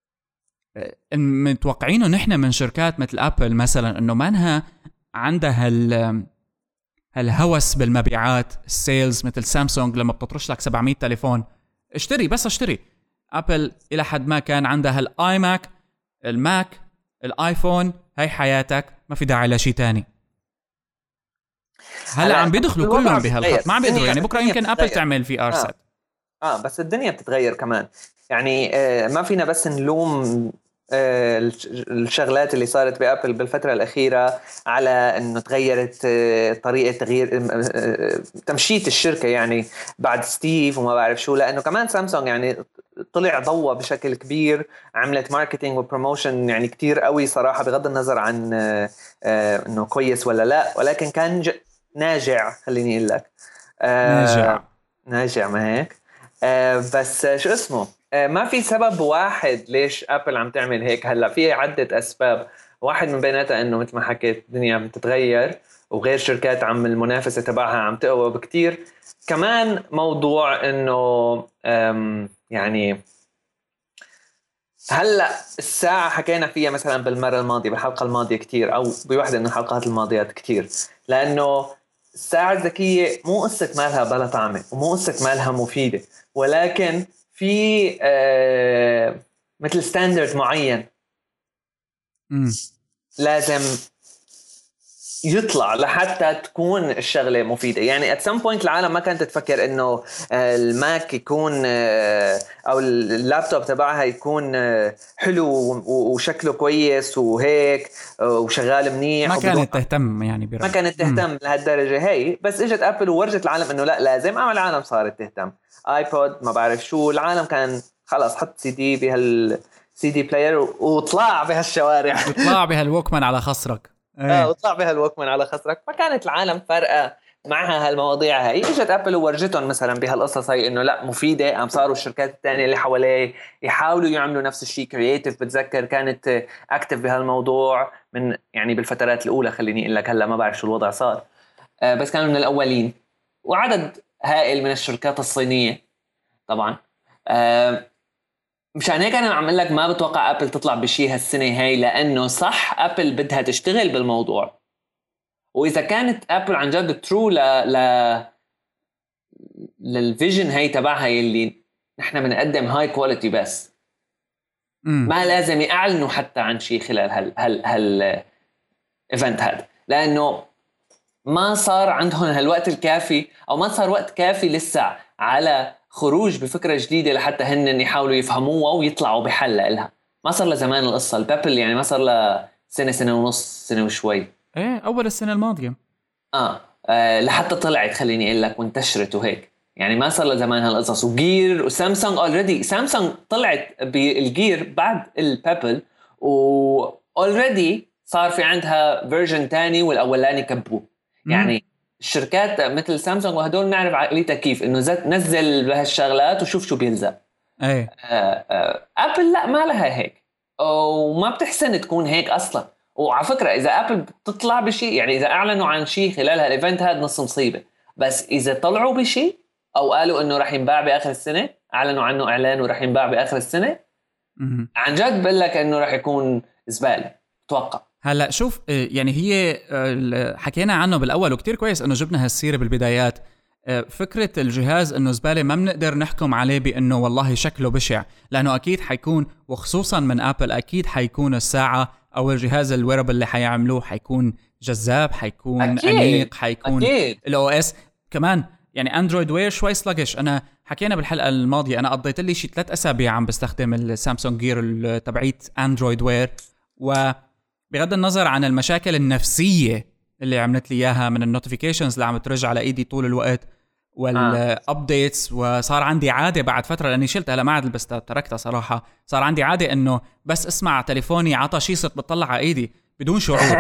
متوقعينه نحن من شركات مثل أبل مثلا أنه منها عندها هال هالهوس بالمبيعات السيلز مثل سامسونج لما بتطرش لك سبعمية تليفون اشتري بس اشتري. أبل إلى حد ما كان عندها الآي ماك، الماك، الآيفون، هاي حياتك ما في داعي لشي تاني. هلا عم بيدخلوا كلهم بهالخط، ما عم بيقدروا يعني بكرة يمكن أبل تعمل في آر سات. آه بس الدنيا بتتغير كمان، يعني آه ما فينا بس نلوم آه الشغلات اللي صارت بأبل بالفترة الأخيرة على أنه تغيرت آه طريقة تغيير آه تمشيت الشركة يعني بعد ستيف وما بعرف شو، لأنه كمان سامسونج يعني طلع ضوى بشكل كبير، عملت ماركتينج وبروموشن يعني كتير قوي صراحة بغض النظر عن آه آه أنه كويس ولا لا، ولكن كان ج... ناجع خليني أقول لك آه ناجع ناجع ما هيك. آه بس شو اسمه آه ما في سبب واحد ليش أبل عم تعمل هيك. هلأ في عدة أسباب، واحد من بيناتها إنه مثل ما حكيت الدنيا بتتغير وغير شركات عم المنافسة تبعها عم تقوى بكتير. كمان موضوع إنه يعني هلأ الساعة حكينا فيها مثلا بالمرة الماضية بالحلقة الماضية كتير أو بواحدة من الحلقات الماضيات كتير، لأنه الساعة الذكية مو قصة مالها بلا طعمة ومو قصة مالها مفيدة، ولكن في آه مثل ستاندرد معين م. لازم يطلع لحتى تكون الشغلة مفيدة. يعني at some point العالم ما كانت تفكر انه الماك يكون او اللابتوب تبعها يكون حلو وشكله كويس وهيك وشغال منيح، ما كانت تهتم يعني برأيي. ما كانت تهتم لهالدرجة هي، بس اجت ابل وورجت العالم انه لا لازم، اما العالم صارت تهتم. ايبود ما بعرف شو، العالم كان خلاص حط سي دي بهال سي دي بلاير وطلع بهالشوارع وطلع بهالوكمان على خصرك. اه وطلع بها الوكمان على خسرك. ما كانت العالم فرقة معها هالمواضيع هاي، اجت ابل وورجتهم مثلا بهالقصص هاي انه لا مفيده. قام صاروا الشركات الثانيه اللي حواليه يحاولوا يعملوا نفس الشيء. كرييتيف بتذكر كانت اكتف بهالموضوع من يعني بالفترات الاولى، خليني اقول لك هلا ما بعرف شو الوضع صار، بس كانوا من الاولين. وعدد هائل من الشركات الصينيه طبعا. مشان هيك انا عم اقول لك ما بتوقع ابل تطلع بشيء هالسنه هاي، لانه صح ابل بدها تشتغل بالموضوع، واذا كانت ابل عن جد ترو ل ل للفيجن هاي تبعها اللي نحن بنقدم هاي كواليتي بس م. ما لازم يعلنوا حتى عن شيء خلال هال هال هال ايفنت هذا، لانه ما صار عندهم هالوقت الكافي، او ما صار وقت كافي لسه على خروج بفكره جديده لحتى هن يحاولوا يفهموها ويطلعوا بحل لها. ما صار لزمان القصه البابل، يعني ما صار له سنه سنه ونص سنه وشوي. ايه اول السنه الماضيه آه. اه لحتى طلعت خليني اقول لك وانتشرت وهيك، يعني ما صار لزمان هالقصص. وجير وسامسونج اوريدي، سامسونج طلعت بالجير بعد البابل واوريدي صار في عندها فيرجن تاني والاولاني كبوه. يعني الشركات مثل سامسونج وهدول نعرف عقليتها كيف انه نزل بهالشغلات وشوف شو بيلزم. ايه آه آه ابل لا ما لها هيك، وما بتحسن تكون هيك اصلا. وعلى فكره اذا ابل بتطلع بشيء، يعني اذا اعلنوا عن شيء خلال هالايفنت هذا نص مصيبه، بس اذا طلعوا بشيء او قالوا انه راح ينباع باخر السنه، اعلنوا عنه اعلان وراح ينباع باخر السنه، م- عن جد بقول لك انه راح يكون زباله اتوقع. هلا شوف، يعني هي حكينا عنه بالاول وكتير كويس انه جبنا هالسيره بالبدايات. فكره الجهاز انه زباله ما بنقدر نحكم عليه بانه والله شكله بشع، لانه اكيد حيكون، وخصوصا من ابل اكيد حيكون الساعه او الجهاز الويربل اللي حيعملوه حيكون جذاب، حيكون أكيد. انيق، حيكون أكيد. الاو اس كمان. يعني اندرويد وير شوي سلقش. انا حكينا بالحلقه الماضيه انا قضيت لي شي ثلاث اسابيع عم بستخدم السامسونج جير تبعيت اندرويد وير، وبغض النظر عن المشاكل النفسيه اللي عملت لي اياها من النوتيفيكيشنز اللي عم ترجع على ايدي طول الوقت والابديتس، وصار عندي عاده بعد فتره لاني شلتها، هلا ما عاد بس تركتها صراحه. صار عندي عاده انه بس اسمع تليفوني عطى شيء صرت بتطلع على ايدي بدون شعور.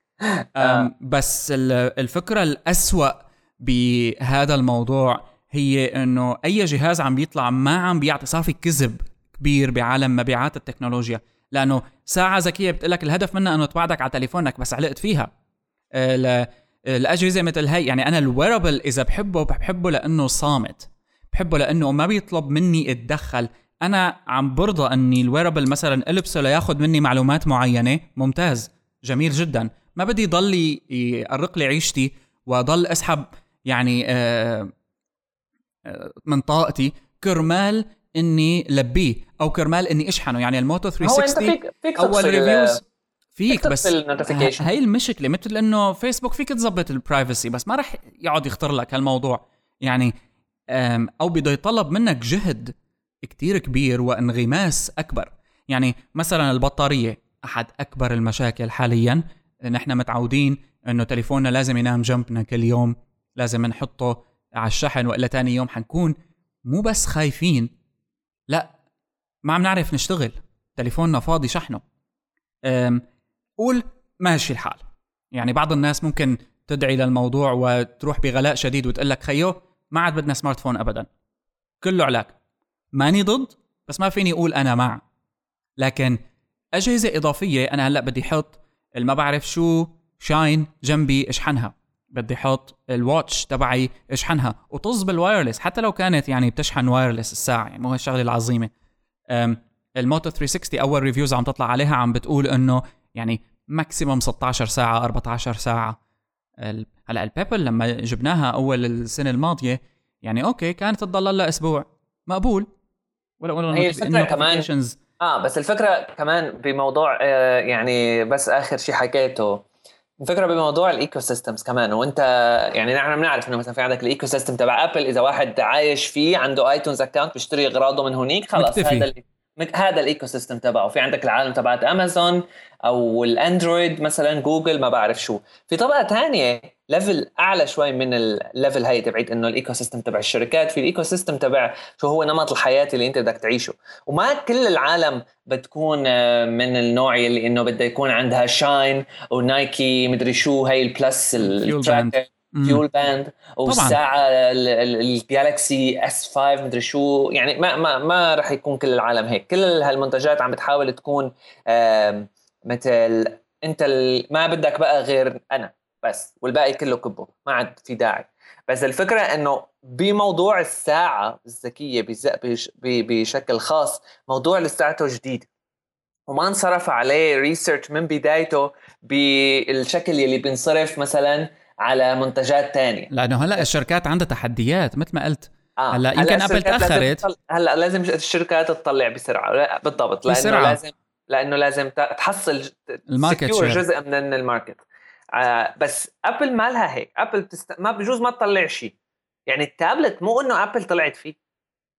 بس الفكره الأسوأ بهذا الموضوع هي انه اي جهاز عم بيطلع ما عم بيعطي، صار في كذب كبير بعالم مبيعات التكنولوجيا، لانه ساعه ذكيه بتقلك الهدف منها انه تبعدك على تليفونك بس علقت فيها. الأجهزة مثل هاي، يعني أنا الويربل إذا بحبه بحبه لأنه صامت، بحبه لأنه ما بيطلب مني أتدخل. أنا عم برضى أني الويربل مثلا ألبسه لياخد مني معلومات معينة، ممتاز جميل جدا، ما بدي ضل يقرق لي عيشتي وضل أسحب يعني من طاقتي كرمال إني لبيه أو كرمال إني أشحنه. يعني الموتو ثلاثمية وستين فيك فيك أول ريفيوز فيك، بس النوتيفيكيشن. هاي المشكلة، مثل انه فيسبوك فيك تظبط البرايفسي بس ما رح يقعد يختار لك هالموضوع يعني، او بده يطلب منك جهد كتير كبير وانغماس اكبر. يعني مثلا البطارية احد اكبر المشاكل حاليا. نحن متعودين انه تليفوننا لازم ينام جنبنا كل يوم، لازم نحطه على الشحن والا تاني يوم حنكون مو بس خايفين، لا ما عم نعرف نشتغل، تليفوننا فاضي شحنه. قول ماشي الحال، يعني بعض الناس ممكن تدعي للموضوع وتروح بغلاء شديد وتقول لك خيو ما عاد بدنا سمارت فون أبدا، كله علاك. ماني ضد، بس ما فيني أقول أنا مع. لكن أجهزة إضافية، أنا هلأ بدي حط ما بعرف شو شاين جنبي اشحنها، بدي حط الواتش تبعي اشحنها وطز بالوايرلس، حتى لو كانت يعني بتشحن وايرلس الساعة، يعني مو هالشغلة العظيمة. الموتو ثلاثمية وستين أول ريفيوز عم تطلع عليها عم بتقول إنه يعني ماكسيموم ستة عشر ساعة أربعة عشر ساعة. هلا البيبل لما جبناها أول السنة الماضية يعني أوكي كانت تضل لها أسبوع مقبول، ولا ولا هي الفكرة كمان آه بس الفكرة كمان بموضوع آه يعني بس آخر شيء حكيته، الفكرة بموضوع الإيكو سيستمز كمان. وأنت يعني نحن بنعرف إنه مثلا في عندك الإيكو سيستم تبع أبل، إذا واحد عايش فيه عنده آيتونز أكاونت بيشتري أغراضه من هونيك خلاص مكتفي. هذا اللي هذا الايكو سيستم تبعه. في عندك العالم تبعت امازون او الاندرويد مثلا جوجل ما بعرف شو. في طبقه تانية ليفل اعلى شوي من الليفل هاي تبعت انه الايكو سيستم تبع الشركات، في الايكو سيستم تبع شو هو نمط الحياه اللي انت بدك تعيشه. وما كل العالم بتكون من النوع اللي انه بده يكون عندها شاين ونايكي مدري شو هاي البلس التراكر فيول باند والساعه الجالكسي اس خمسة مدري شو يعني ما ما ما راح يكون كل العالم هيك. كل هالمنتجات عم بتحاول تكون مثل انت ما بدك بقى غير انا بس والباقي كله كبه ما عاد في داعي. بس الفكره انه بموضوع الساعه الذكيه بشكل خاص موضوع لساته جديد وما انصرف عليه ريسيرش من بدايته بالشكل يلي بينصرف مثلا على منتجات تانية. لأنه هلأ الشركات عندها تحديات مثل ما قلت. آه. هلأ يمكن أبل تأخرت. هلأ لازم الشركات تطلع بسرعة بالضبط لأنه بسرعة. لازم لأنه لازم تحصل جزء من الماركت. آه بس أبل ما لها هيك. أبل بتست... ما بجوز ما تطلع شيء يعني التابلت مو إنه أبل طلعت فيه.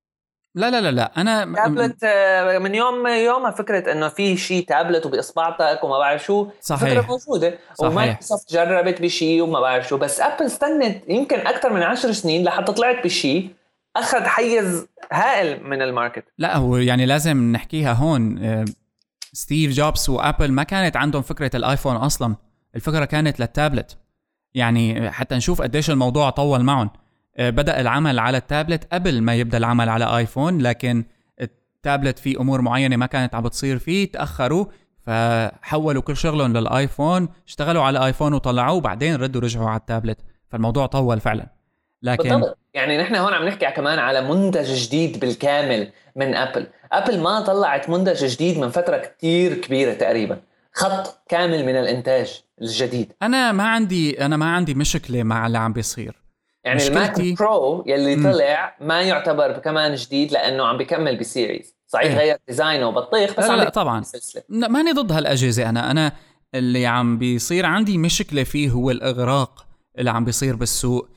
لا لا لا لا أنا تابلت من يوم يومها فكرة إنه في شيء تابلت وبإصبعتك وما بعرف شو. صحيح. فكرة موجودة. ومايكروسوفت جربت بشيء وما بعرف شو بس أبل استنت يمكن أكثر من عشر سنين لحتى طلعت بشيء أخذ حيز هائل من الماركت. لا هو يعني لازم نحكيها هون. ستيف جوبز وأبل ما كانت عندهم فكرة الآيفون أصلا. الفكرة كانت للتابلت. يعني حتى نشوف قديش الموضوع طول معهم. بدأ العمل على التابلت قبل ما يبدأ العمل على آيفون لكن التابلت في أمور معينة ما كانت عم بتصير فيه تأخروا فحولوا كل شغلهم للآيفون اشتغلوا على آيفون وطلعوه وبعدين ردوا رجعوا على التابلت فالموضوع طول فعلا. لكن بالضبط. يعني نحن هون عم نحكي كمان على منتج جديد بالكامل من أبل. أبل ما طلعت منتج جديد من فترة كتير كبيرة تقريبا خط كامل من الإنتاج الجديد. أنا ما عندي أنا ما عندي مشكلة مع اللي عم بيصير. يعني الماك برو يلي م. طلع ما يعتبر كمان جديد لأنه عم بيكمل بسيريز صحيح. إيه؟ غير ديزاينه وبطيخ بس لا عم لا طبعا ماني ضد هالأجهزة. أنا أنا اللي عم بيصير عندي مشكلة فيه هو الإغراق اللي عم بيصير بالسوق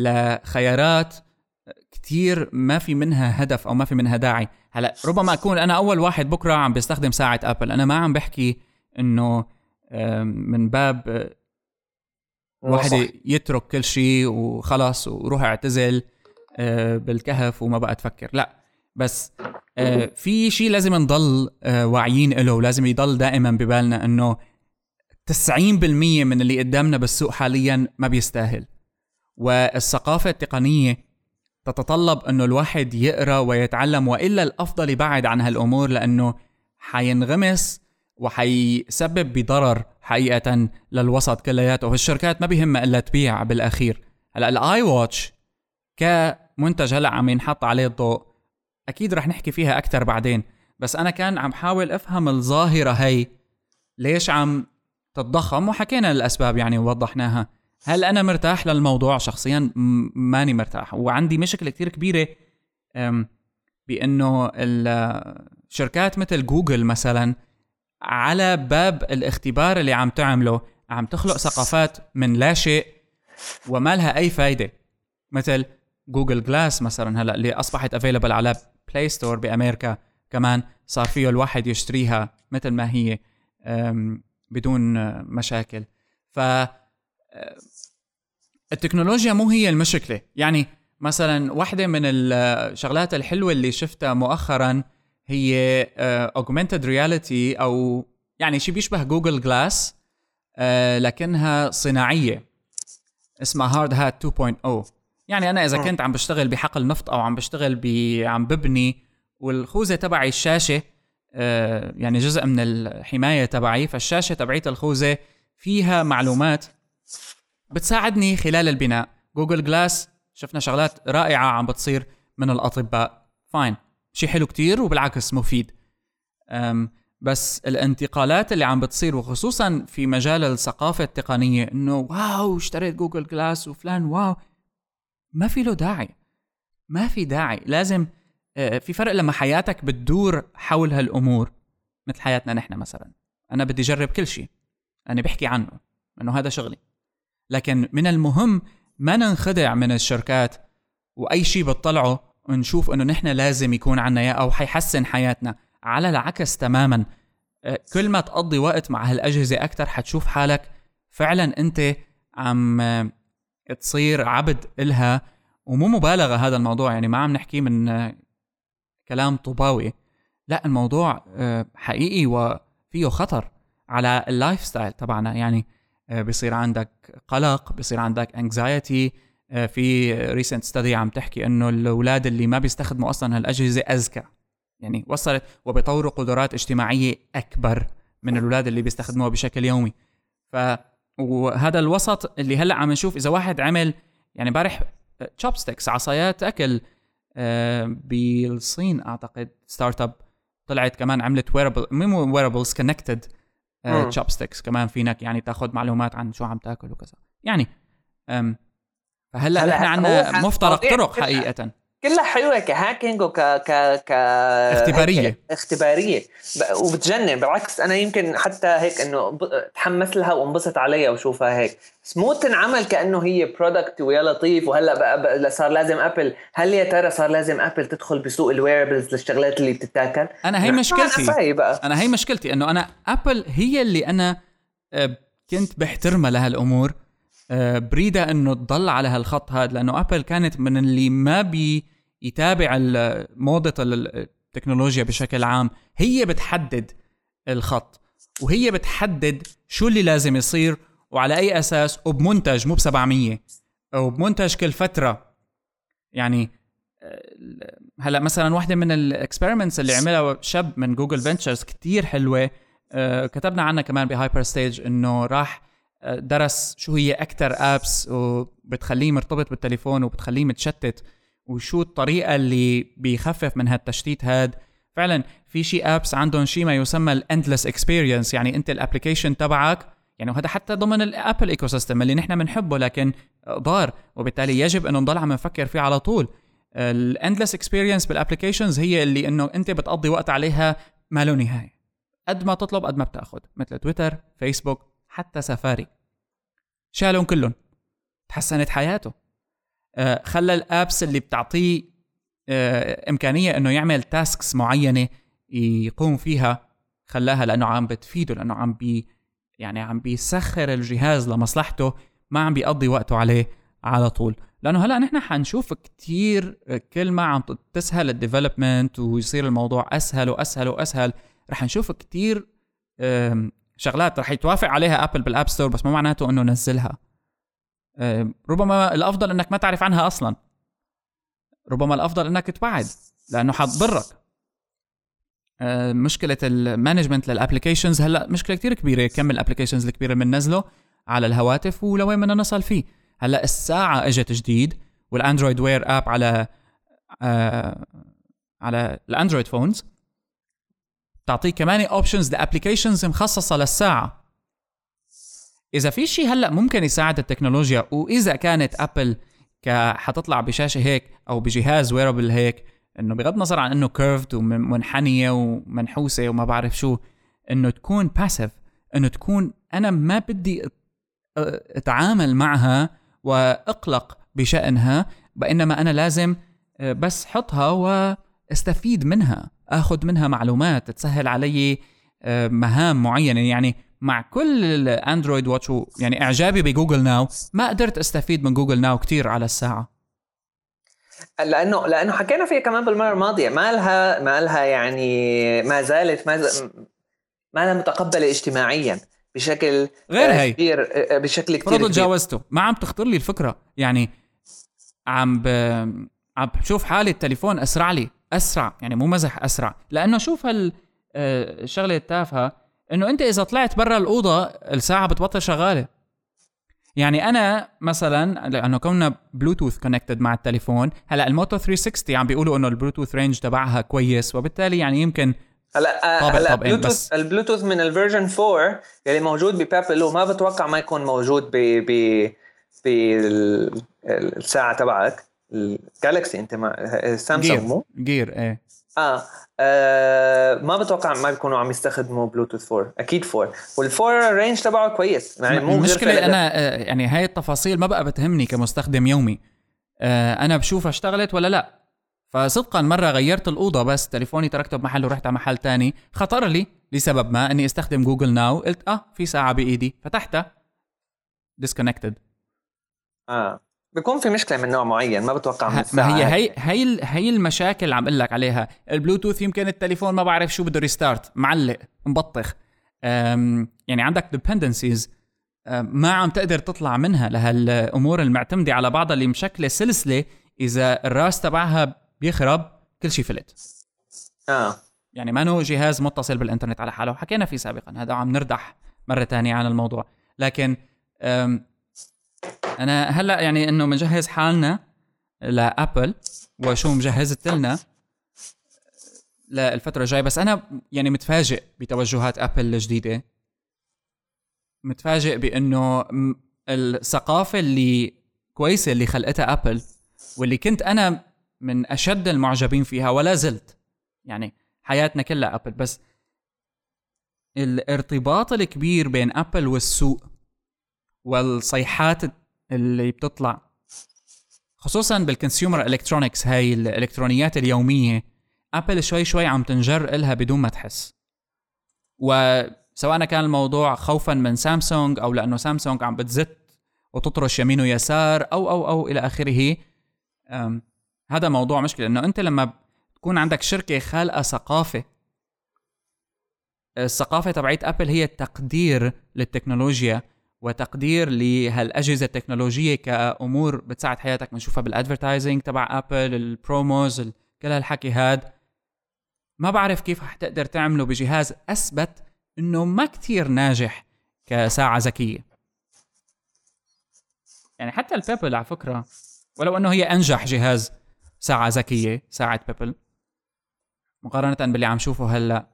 لخيارات كتير ما في منها هدف أو ما في منها داعي. هلأ ربما أكون أنا أول واحد بكرة عم بيستخدم ساعة أبل. أنا ما عم بحكي إنه من باب واحد يترك كل شيء وخلاص وروح اعتزل بالكهف وما بقى تفكر. لا بس في شيء لازم نضل واعيين له ولازم يضل دائما ببالنا انه تسعين بالمية من اللي قدامنا بالسوق حاليا ما بيستاهل. والثقافة التقنية تتطلب انه الواحد يقرأ ويتعلم وإلا الأفضل يبعد عن هالأمور لأنه حينغمس وحيسبب بضرر حقيقة للوسط كلياته. والشركات ما بيهمها إلا تبيع بالأخير. هلأ الآي واتش كمنتج هلأ عم ينحط عليه الضوء أكيد رح نحكي فيها أكتر بعدين بس أنا كان عم حاول أفهم الظاهرة هي ليش عم تتضخم وحكينا الأسباب يعني ووضحناها. هل أنا مرتاح للموضوع؟ شخصيا ماني مرتاح وعندي مشكلة كتير كبيرة بأنه الشركات مثل جوجل مثلا على باب الاختبار اللي عم تعمله عم تخلق ثقافات من لا شيء وما لها أي فايدة. مثل جوجل جلاس مثلا هلأ اللي أصبحت available على بلاي ستور بأمريكا كمان صار فيه الواحد يشتريها مثل ما هي بدون مشاكل. ف التكنولوجيا مو هي المشكلة. يعني مثلا واحدة من الشغلات الحلوة اللي شفتها مؤخرا هي augmented reality أو يعني شيء بيشبه جوجل جلاس لكنها صناعية اسمها هارد هات تو بوينت أو. يعني أنا إذا كنت عم بشتغل بحقل نفط أو عم بشتغل ب عم ببني والخوذة تبعي الشاشة يعني جزء من الحماية تبعي فالشاشة تبعيت الخوذة فيها معلومات بتساعدني خلال البناء. جوجل جلاس شفنا شغلات رائعة عم بتصير من الأطباء فاين شيء حلو كتير وبالعكس مفيد. بس الانتقالات اللي عم بتصير وخصوصا في مجال الثقافة التقنية انه واو اشتريت جوجل جلاس وفلان واو ما في له داعي. ما في داعي. لازم في فرق لما حياتك بتدور حول هالأمور مثل حياتنا نحن مثلا. أنا بدي أجرب كل شيء أنا بحكي عنه أنه هذا شغلي لكن من المهم ما ننخدع من الشركات وأي شيء بتطلعه ونشوف أنه نحن لازم يكون عنا يا أو حيحسن حياتنا. على العكس تماما. كل ما تقضي وقت مع هالأجهزة أكتر حتشوف حالك فعلا أنت عم تصير عبد إلها. ومو مبالغة هذا الموضوع يعني ما عم نحكي من كلام طوباوي. لا الموضوع حقيقي وفيه خطر على اللايف ستايل تبعنا. يعني بيصير عندك قلق، بيصير عندك anxiety. في recent study عم تحكي انه الاولاد اللي ما بيستخدموا اصلا هالاجهزه اذكى، يعني وصلت وبيطوروا قدرات اجتماعيه اكبر من الاولاد اللي بيستخدموها بشكل يومي. ف وهذا الوسط اللي هلا عم نشوف اذا واحد عمل يعني بارح تشوبستكس عصايات اكل بالصين اعتقد ستارت اب طلعت كمان عملت ويربل مو ويربلز كونكتد تشوبستكس كمان فينك يعني تاخذ معلومات عن شو عم تاكل وكذا يعني. فهلا نحن عندنا مفترق طرق حقيقه كلها حلوه كهاكينج وك ك ك اختباريه اختباريه وبتجنن. بالعكس انا يمكن حتى هيك انه تحمس لها وانبسط عليها وشوفها هيك سموث تنعمل كانه هي برودكت ويا لطيف. وهلا بقى, بقى صار لازم ابل، هل يا ترى صار لازم ابل تدخل بسوق الويربلز للشغلات اللي بتتاكل؟ انا هي مشكلتي بقى. انا هي مشكلتي انه انا ابل هي اللي انا كنت بحترمها لهالامور، بريدة انه تضل على هالخط هذا، لانه ابل كانت من اللي ما بي يتابع موضة التكنولوجيا بشكل عام. هي بتحدد الخط وهي بتحدد شو اللي لازم يصير وعلى أي أساس، وبمنتج مو بسبعمية أو بمنتج كل فترة. يعني هلأ مثلا واحدة من الإكسبيرمنتس اللي عملها شاب من جوجل فينتشرز كتير حلوة، كتبنا عنها كمان بهايبر ستيج، إنه راح درس شو هي أكتر أبس وبتخليه مرتبط بالتليفون وبتخليه متشتت، وشو الطريقة اللي بيخفف من هالتشتيت هاد. فعلا في شي أبس عندهم شي ما يسمى الأندلس إكسبيرينس، يعني أنت الأبليكيشن تبعك يعني، وهذا حتى ضمن الأبل إيكوسيستم اللي نحن بنحبه لكن ضار، وبالتالي يجب أنه نضل عم نفكر فيه على طول. الأندلس إكسبيرينس بالأبليكيشنز هي اللي أنه أنت بتقضي وقت عليها ما له نهاية، قد ما تطلب قد ما بتاخد، مثل تويتر، فيسبوك، حتى سفاري، شالهم كلهم، تحسنت حياته. آه خلى الابس اللي بتعطيه آه امكانيه انه يعمل تاسكس معينه يقوم فيها، خلاها لانه عم بتفيده، لانه عم بي يعني عم بيسخر الجهاز لمصلحته، ما عم بيقضي وقته عليه على طول. لانه هلا نحن حنشوف كتير كل ما عم تسهل الديفلوبمنت ويصير الموضوع اسهل واسهل واسهل، رح نشوف كتير آه شغلات رح يتوافق عليها ابل بالاب ستور، بس ما معناته انه نزلها. ربما الافضل انك ما تعرف عنها اصلا، ربما الافضل انك تبعد لانه حتضرك. مشكله المانجمنت للابليكيشنز هلا مشكله كتير كبيره، كم الابليكيشنز الكبيره من نزله على الهواتف ولوين بدنا نصل فيه. هلا الساعه اجت جديد، والاندرويد وير اب على آه على الاندرويد فونز تعطيك كمان اوبشنز لابليكيشنز مخصصه للساعه. إذا في شيء هلأ ممكن يساعد التكنولوجيا، وإذا كانت أبل حتطلع بشاشة هيك أو بجهاز ويرابل هيك، إنه بغض النظر عن إنه كيرفد ومنحنية ومنحوسة وما بعرف شو، إنه تكون باسيف، إنه تكون أنا ما بدي أتعامل معها وأقلق بشأنها، بإنما أنا لازم بس حطها واستفيد منها، أخذ منها معلومات تسهل علي مهام معينة. يعني مع كل الاندرويد واتش يعني اعجابي بجوجل ناو، ما قدرت استفيد من جوجل ناو كتير على الساعه، لانه لانه حكينا فيها كمان بالمره الماضيه، ما لها ما لها يعني ما زالت ما, ز... ما لها متقبله اجتماعيا بشكل غير هي كبير، بشكل كتير فرض تجاوزته. ما عم تخطر لي الفكره، يعني عم ب... عم بشوف حالي التليفون اسرع لي اسرع، يعني مو مزح اسرع، لانه شوف هالشغله التافهه انه انت اذا طلعت برا الاوضه الساعه بتبطل شغاله. يعني انا مثلا لانه كنا بلوتوث كونكتد مع التليفون، هلا الموتو ثلاثمية وستين عم بيقولوا انه البلوتوث رينج تبعها كويس، وبالتالي يعني يمكن هلا هلا البلوتوث البلوتوث من الفيرجن فور اللي موجود ببابل، وما بتوقع ما يكون موجود ب ب بالساعه تبعك الجالكسي. انت ما سامسونج مو جير ايه آه. اه ما بتوقع ما بيكونوا عم يستخدموا بلوتوث فور، اكيد فور، والفور رينج تبعه كويس. يعني مو المشكله انا يعني هاي التفاصيل ما بقى بتهمني كمستخدم يومي، آه انا بشوفها اشتغلت ولا لا. فصدقا مره غيرت الاوضه بس تليفوني تركته بمحل ورحت على محل تاني، خطر لي لسبب ما اني استخدم جوجل ناو، قلت اه في ساعه بايدي، فتحتها ديسكونكتد. اه بيكون في مشكله من نوع معين، ما بتوقع من الساعه. ما هي هي هي هي المشاكل اللي عم اقول لك عليها. البلوتوث يمكن التليفون ما بعرف شو بده ريستارت، معلق مبطخ، يعني عندك dependencies ما عم تقدر تطلع منها لهالامور المعتمده على بعضها اللي مشكله سلسله، اذا الراس تبعها بيخرب كل شيء فلت. اه يعني ما نو جهاز متصل بالانترنت على حاله، حكينا فيه سابقا، هذا عم نردح مره تانية عن الموضوع. لكن انا هلا يعني انه مجهز حالنا لابل وشو مجهزت لنا للفتره الجايه، بس انا يعني متفاجئ بتوجهات ابل الجديده، متفاجئ بانه الثقافه اللي كويسه اللي خلقتها ابل، واللي كنت انا من اشد المعجبين فيها ولا زلت، يعني حياتنا كلها ابل، بس الارتباط الكبير بين ابل والسوق والصيحات اللي بتطلع خصوصا بالكونسيومر الكترونكس، هاي الالكترونيات اليوميه، ابل شوي شوي عم تنجر إلها بدون ما تحس. وسواء كان الموضوع خوفا من سامسونج او لانه سامسونج عم بتزت وتطرش يمين ويسار او او او الى اخره، هذا موضوع مشكله. انه انت لما تكون عندك شركه خالقه ثقافه، الثقافه تبعت ابل هي التقدير للتكنولوجيا وتقدير لهالاجهزه التكنولوجيه كامور بتساعد حياتك، بنشوفها بالادفيرتايزنج تبع ابل، البروموز، كل هالحكي هاد. ما بعرف كيف رح تقدر تعمله بجهاز اثبت انه ما كتير ناجح كساعه ذكيه. يعني حتى البيبل على فكره، ولو انه هي انجح جهاز ساعه ذكيه ساعه بيبل مقارنه باللي عم شوفه هلا،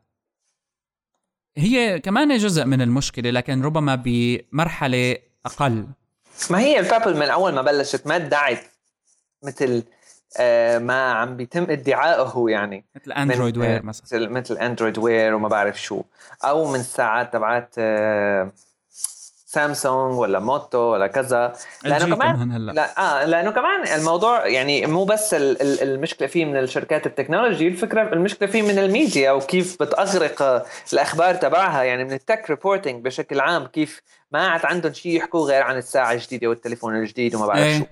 هي كمان جزء من المشكله، لكن ربما بمرحله اقل. ما هي البيبل من اول ما بلشت ما ادعت مثل آه ما عم بيتم ادعائه، يعني مثل اندرويد من وير مثلا، مثل اندرويد وير وما بعرف شو، او من الساعات تبعت آه سامسونج ولا موتو ولا كذا، لانه كمان لا اه لانه كمان الموضوع يعني مو بس المشكله فيه من الشركات التكنولوجي، الفكره المشكله فيه من الميديا وكيف بتأغرق الاخبار تبعها، يعني من التك ريبورتينج بشكل عام، كيف ما عاد عندهم شيء يحكوا غير عن الساعه الجديده والتليفون الجديد وما بعرف ايه. شو.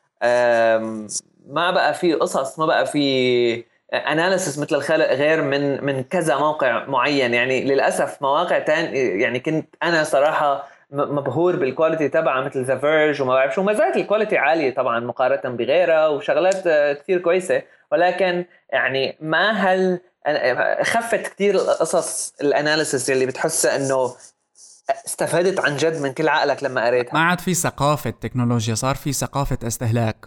ما بقى في قصص، ما بقى في اناليسيس مثل الخلق غير من من كذا موقع معين. يعني للاسف مواقع تاني، يعني كنت انا صراحه مبهور بالكواليتي تبعها مثل ذا فيرج وما بعرف شو، ما زالت الكواليتي عاليه طبعا مقارنه بغيرها وشغلات كثير كويسه، ولكن يعني ما هل خفت كثير القصص الاناليسيس اللي بتحسها انه استفدت عن جد من كل عقلك لما قريتها. ما عاد في ثقافه تكنولوجيا، صار في ثقافه استهلاك،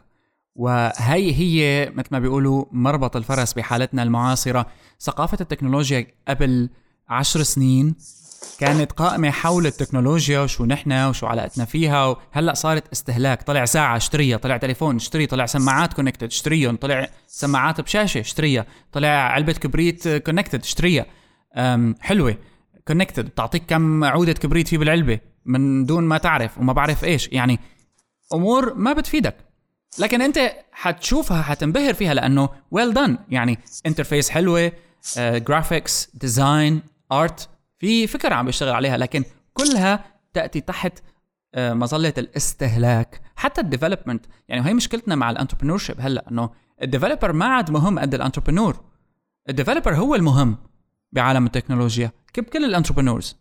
وهي هي مثل ما بيقولوا مربط الفرس بحالتنا المعاصره. ثقافه التكنولوجيا قبل عشر سنين كانت قائمة حول التكنولوجيا وشو نحنا وشو علاقتنا فيها، وهلأ صارت استهلاك. طلع ساعة اشتريها، طلع تليفون اشتري، طلع سماعات كونكتد اشتريهم، طلع سماعات بشاشة اشتريها، طلع علبة كبريت كونكتد اشتريها، حلوة كونكتد بتعطيك كم عودة كبريت فيه بالعلبة من دون ما تعرف وما بعرف ايش، يعني أمور ما بتفيدك، لكن انت حتشوفها حتنبهر فيها لأنه well done، يعني انترفيس حلوة، جرافيكس، ديزاين، ارت، في فكرة عم بيشتغل عليها، لكن كلها تأتي تحت مظلة الاستهلاك. حتى الديفلوبمنت، يعني هي مشكلتنا مع الانتربرنورشيب هلا، انه الديفلوبر ما عاد مهم قد الانتربرنور. الديفلوبر هو المهم بعالم التكنولوجيا بكل الانتربرنورز.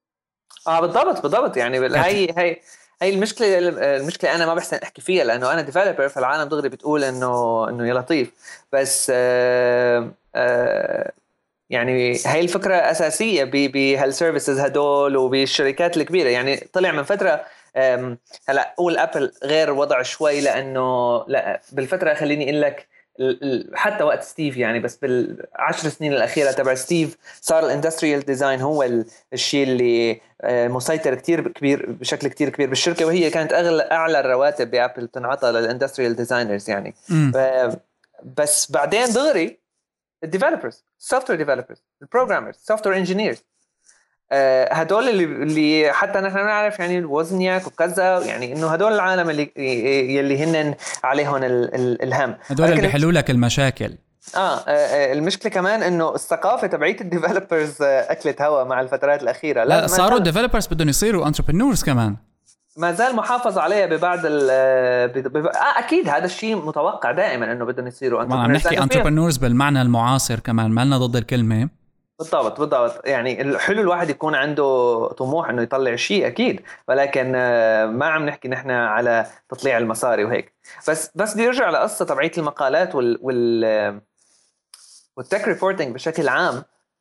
اه بالضبط بالضبط، يعني هي هي هي المشكله المشكله انا ما بحسن احكي فيها لانه انا ديفلوبر، فالعالم دغري بتقول انه انه يا لطيف، بس آه آه يعني هاي الفكرة أساسية بهالسيرفيسز هدول وبالشركات الكبيرة. يعني طلع من فترة هلا أقول أبل غير وضع شوي، لأنه لا بالفترة خليني أقول لك حتى وقت ستيف، يعني بس بالعشر سنين الأخيرة تبع ستيف صار الاندستريال ديزاين هو الشيء اللي مسيطر كتير كبير بشكل كتير كبير بالشركة، وهي كانت أغلى أعلى الرواتب بأبل تنعطى للاندستريال ديزاينرز يعني. بس بعدين دغري الديفلوبرز، سوفتوير ديفلوبرز، البروجرامرز، سوفتوير انجينيرز، هدول اللي اللي حتى نحن بنعرف يعني الوزنياك وكذا، يعني انه هدول العالم اللي يلي هن عليهم الهم، هدول اللي بيحلوا لك المشاكل. آه, اه المشكله كمان انه الثقافه تبعيه الديفلوبرز اكلت هوا مع الفترات الاخيره. لا صاروا الديفلوبرز بدهم يصيروا انتربرنورز كمان، ما زال محافظ عليها ببعض ال بب... آه اكيد هذا الشيء متوقع دائما انه بدهم يصيروا انتربرنورز. عم نحكي انتربرنورز بالمعنى المعاصر كمان، ما لنا ضد الكلمه، بالضبط بالضبط. يعني الحلو الواحد يكون عنده طموح انه يطلع شيء اكيد، ولكن ما عم نحكي نحن على تطليع المصاري وهيك. بس بس بدي ارجع لقصه تبعيه المقالات وال وال والتك ريبورتينج بشكل عام.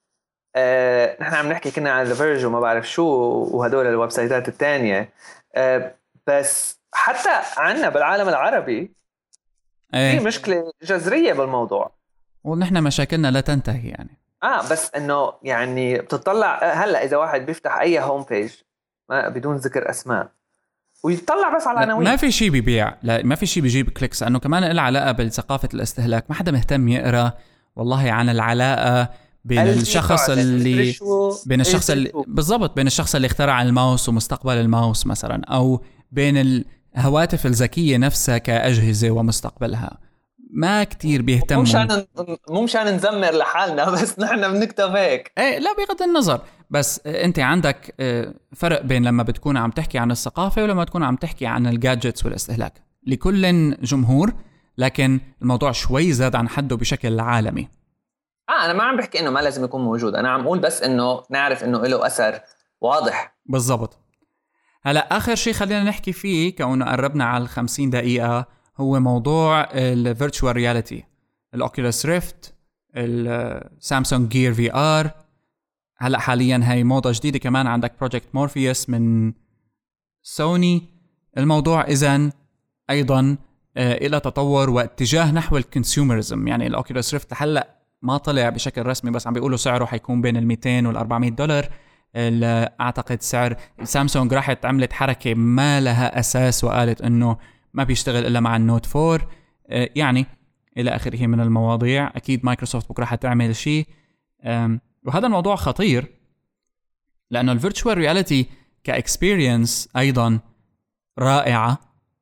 آه، نحن عم نحكي كنا عن الفيرج وما بعرف شو وهدول الويب سايتات الثانيه. آه، بس حتى عنا بالعالم العربي ايه. في مشكله جذريه بالموضوع، ونحن مشاكلنا لا تنتهي يعني. اه بس انه يعني بتطلع هلا اذا واحد بيفتح اي هوم بيج ما بدون ذكر اسماء ويطلع بس على العناوين، ما في شيء بيبيع، لا ما في شيء بيجيب كليكس، لانه كمان له علاقه بثقافه الاستهلاك. ما حدا مهتم يقرا والله عن العلاقه بين الشخص اللي بين الشخص اللي بالضبط بين الشخص اللي اخترع الماوس ومستقبل الماوس مثلا، او بين الهواتف الذكيه نفسها كاجهزه ومستقبلها. ما كتير بيهتموا. مو مشان مو مشان نزمر لحالنا بس نحن بنكتب هيك. ايه لا بغض النظر، بس انت عندك فرق بين لما بتكون عم تحكي عن الثقافه ولما تكون عم تحكي عن الجادجتس والاستهلاك. لكل جمهور، لكن الموضوع شوي زاد عن حده بشكل عالمي. اه انا ما عم بحكي انه ما لازم يكون موجود، انا عم اقول بس انه نعرف انه له اثر واضح. بالضبط. هلا اخر شيء خلينا نحكي فيه كونه قربنا على الخمسين دقيقه، هو موضوع الفيرتشوال رياليتي، الاوكيولوس ريفت، السامسونج جير في ار. هلا حاليا هاي موضه جديده كمان. عندك بروجكت مورفيوس من سوني. الموضوع اذن ايضا الى تطور واتجاه نحو الكونسيومرزم. يعني الاوكيولوس ريفت لحلا ما طلع بشكل رسمي، بس عم بيقولوا سعره حيكون بين ال مئتين وال أربعمية دولار. اعتقد سعر سامسونج راحت عملت حركه ما لها اساس وقالت انه ما بيشتغل الا مع النوت فور يعني الى اخره من المواضيع. اكيد مايكروسوفت بكره حتعمل شيء، وهذا الموضوع خطير لانه الفيرتشوال رياليتي كاكسبيرينس ايضا رائعه،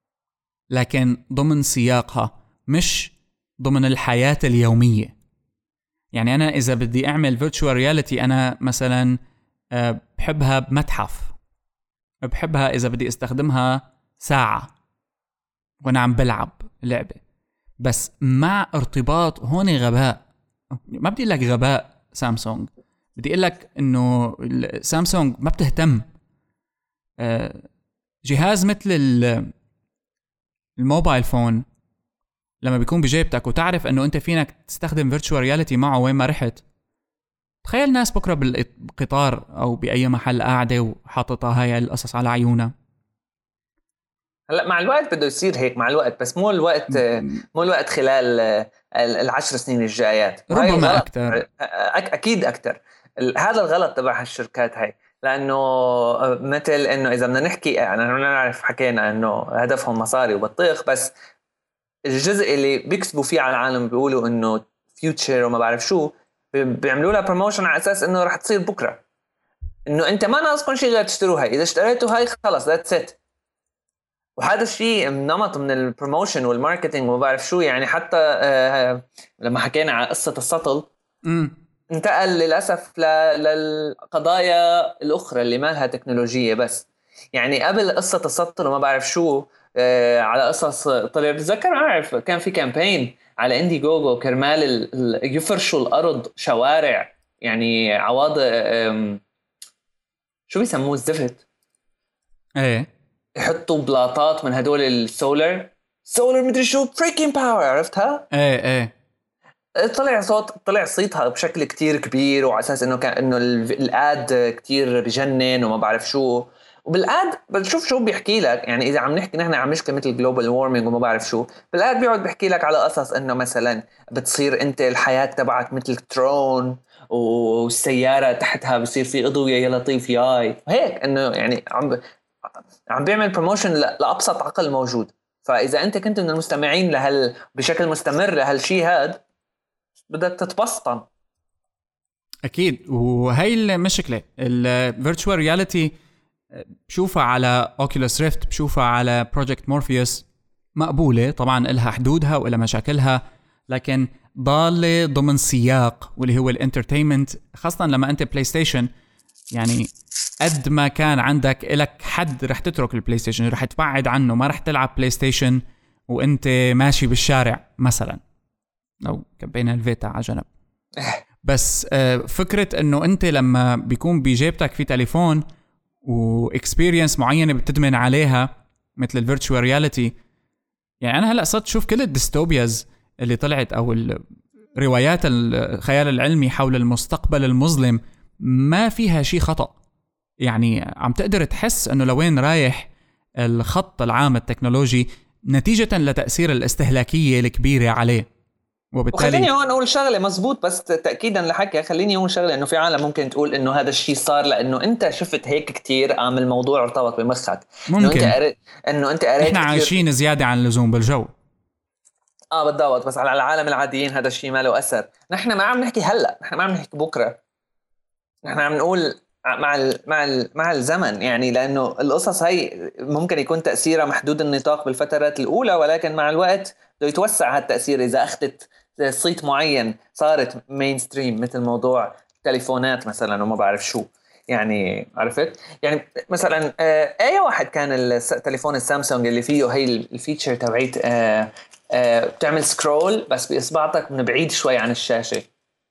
لكن ضمن سياقها مش ضمن الحياه اليوميه. يعني انا اذا بدي اعمل فيرتشوال رياليتي، انا مثلا بحبها بمتحف، بحبها اذا بدي استخدمها ساعه وانا عم بلعب لعبه، بس مع ارتباط. هون غباء، ما بدي لك غباء سامسونج، بدي اقول لك انه سامسونج ما بتهتم. جهاز مثل الموبايل فون لما بيكون بجيبتك وتعرف انه انت فينك تستخدم فيرتشوال رياليتي معه وين ما رحت. تخيل ناس بكره بالقطار او باي محل قاعده وحاططها هاي القصص على عيونها. هلا مع الوقت بده يصير هيك، مع الوقت، بس مو الوقت مو الوقت خلال العشر سنين الجايات، ربما اكثر. اكيد اكثر. هذا الغلط تبع هالشركات هاي، لانه مثل انه اذا بدنا نحكي يعني انا نعرف حكينا انه هدفهم مصاري وبطيخ، بس الجزء اللي بيكسبوا فيه على العالم بيقولوا انه فيوتشر وما بعرف شو، بيعملوا لها بروموشن على اساس انه رح تصير بكره، انه انت ما ناقصكم شيء غير تشتروها، اذا اشتريتوا هاي خلص ذاتس ات. وهذا الشيء نمط من البروموشن والماركتينج وما بعرف شو. يعني حتى آه لما حكينا على قصة السطل امم انتقل للأسف للقضايا الأخرى اللي ما لها تكنولوجية. بس يعني قبل قصة السطل وما بعرف شو آه على قصص طلع، بتذكر أعرف كان في كامبين على اندي جوجو كرمال يفرشوا الأرض شوارع، يعني عواض شو بيسموه الزفت، ايه يحطوا بلاطات من هدول السولر سولر مدري شو فريكين باور، عرفتها؟ ايه ايه طلع صوت طلع صيتها بشكل كتير كبير، وعلى اساس انه كان انه الاد كتير بجنن وما بعرف شو. وبالاد بتشوف شو بيحكي لك، يعني اذا عم نحكي نحن عم نحكي مثل جلوبال وارمينج وما بعرف شو، بالاد بيقعد بيحكي لك على قصص انه مثلا بتصير انت الحياه تبعك مثل ترون والسياره تحتها بصير في اضويه يا لطيف ياي هيك، انه يعني عم عم بيعمل بروموشن لأبسط عقل موجود. فإذا أنت كنت من المستمعين لهال بشكل مستمر لهالشي هاد بدك تتبسطن أكيد. وهي المشكلة الفيرتشوال رياليتي، بشوفها على أوكيولوس ريفت، بشوفها على بروجكت مورفيوس، مقبولة طبعا، إلها حدودها وإلها مشاكلها، لكن ضالة ضمن سياق واللي هو الانترتينمنت. خاصة لما أنت بلاي ستيشن، يعني قد ما كان عندك إلك حد رح تترك البلاي ستيشن، رح تبعد عنه، ما رح تلعب بلاي ستيشن وانت ماشي بالشارع مثلا، لو كبينا الفيتا على جنب. بس فكرة انه انت لما بيكون بجيبتك في تليفون واكسبيرينس معينة بتدمن عليها مثل الفيرتشوال رياليتي، يعني انا هلا صرت شوف كل الديستوبياز اللي طلعت او روايات الخيال العلمي حول المستقبل المظلم ما فيها شيء خطأ. يعني عم تقدر تحس انه لوين رايح الخط العام التكنولوجي نتيجة لتأثير الاستهلاكية الكبيرة عليه. وبالتالي وخليني هون اقول شغله مزبوط، بس تاكيدا لحكي خليني اقول شغله انه في عالم ممكن تقول انه هذا الشيء صار لانه انت شفت هيك كتير عم الموضوع ارتبط بمخك. ممكن انه انت قريت انه انت قريت احنا عايشين زياده عن اللزوم بالجو. اه بالضبط، بس على العالم العاديين هذا الشيء ما له اثر. نحن ما عم نحكي هلا، نحن ما عم نحكي بكره، نحن عم نقول مع ال مع ال مع الزمن. يعني لانه القصص هي ممكن يكون تاثيرها محدود النطاق بالفترات الاولى، ولكن مع الوقت بده يتوسع هالتاثير اذا اخذت صيت معين صارت مين ستريم، مثل موضوع تليفونات مثلا وما بعرف شو. يعني عرفت يعني مثلا اي واحد كان التليفون السامسونج اللي فيه هي الفيتشر تبعيت بتعمل سكرول بس باصبعتك من بعيد شوي عن الشاشه.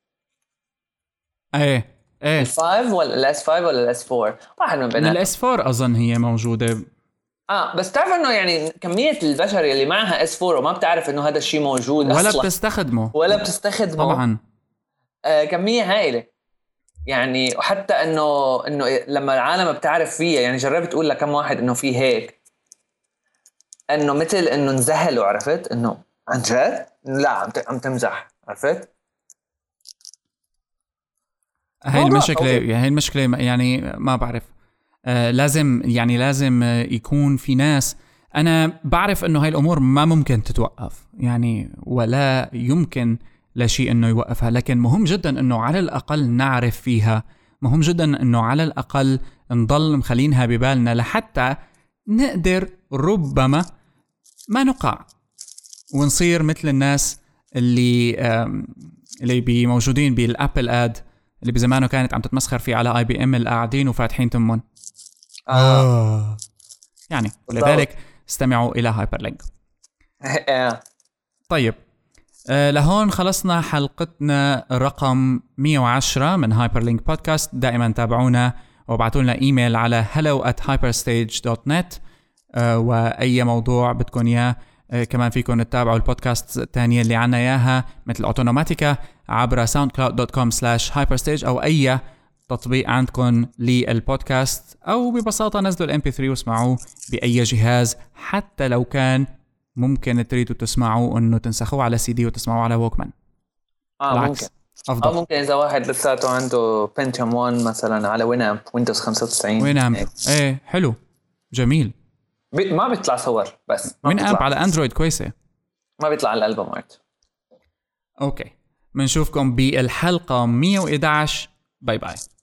ايه ايه الفايف ولا الاس فايف ولا الاس فور، واحد من بيناتهم. الاس فور اظن هي موجوده. اه بس تعرف انه يعني كميه البشر اللي معها اس فور وما بتعرف انه هذا الشيء موجود ولا أصلاً. بتستخدمه ولا بتستخدمه طبعا. آه كميه هائله. يعني وحتى انه انه لما العالم بتعرف فيها، يعني جربت تقول لكم واحد انه في هيك، انه مثل انه انذهلوا. عرفت انه عن جد لا عم عم تمزح. عرفت هاي المشكله يعني هاي المشكله يعني ما بعرف. آه لازم يعني لازم يكون في ناس. أنا بعرف أنه هاي الأمور ما ممكن تتوقف يعني ولا يمكن لشيء أنه يوقفها، لكن مهم جدا أنه على الأقل نعرف فيها. مهم جدا أنه على الأقل نضل مخلينها ببالنا لحتى نقدر ربما ما نقع ونصير مثل الناس اللي اللي بموجودين بالأبل آد اللي بزمانه كانت عم تتمسخر فيه على آي بي إم القاعدين وفاتحين تمون. آه. يعني ولذلك استمعوا إلى هايبرلينك. طيب آه لهون خلصنا حلقتنا رقم مية وعشرة من هايبرلينك بودكاست. دائما تابعونا وابعتوا لنا إيميل على hello at hyperstage dot net آه وأي موضوع بدكم إياه. آه كمان فيكم تتابعوا البودكاست الثانية اللي عنا إياها مثل أوتونوماتيكا عبر soundcloud dot com slash hyperstage أو أي تطبيق عندكم للبودكاست، أو ببساطة نزلوا الام بي ثري واسمعوه بأي جهاز، حتى لو كان ممكن تريدوا تسمعوه أنه تنسخوه على سي دي وتسمعوه على ووكمان. آه ممكن أفضل. أو ممكن إذا واحد لساته عنده بنتيوم واحد مثلا على وينامب ويندوز خمسة وتسعين. وينامب إيه حلو جميل. بي... ما بيطلع صور بس وينامب على أندرويد كويسة، ما بيطلع على الألبوم ارت. أوكي منشوفكم بالحلقة مية وإحدى عشر. باي باي.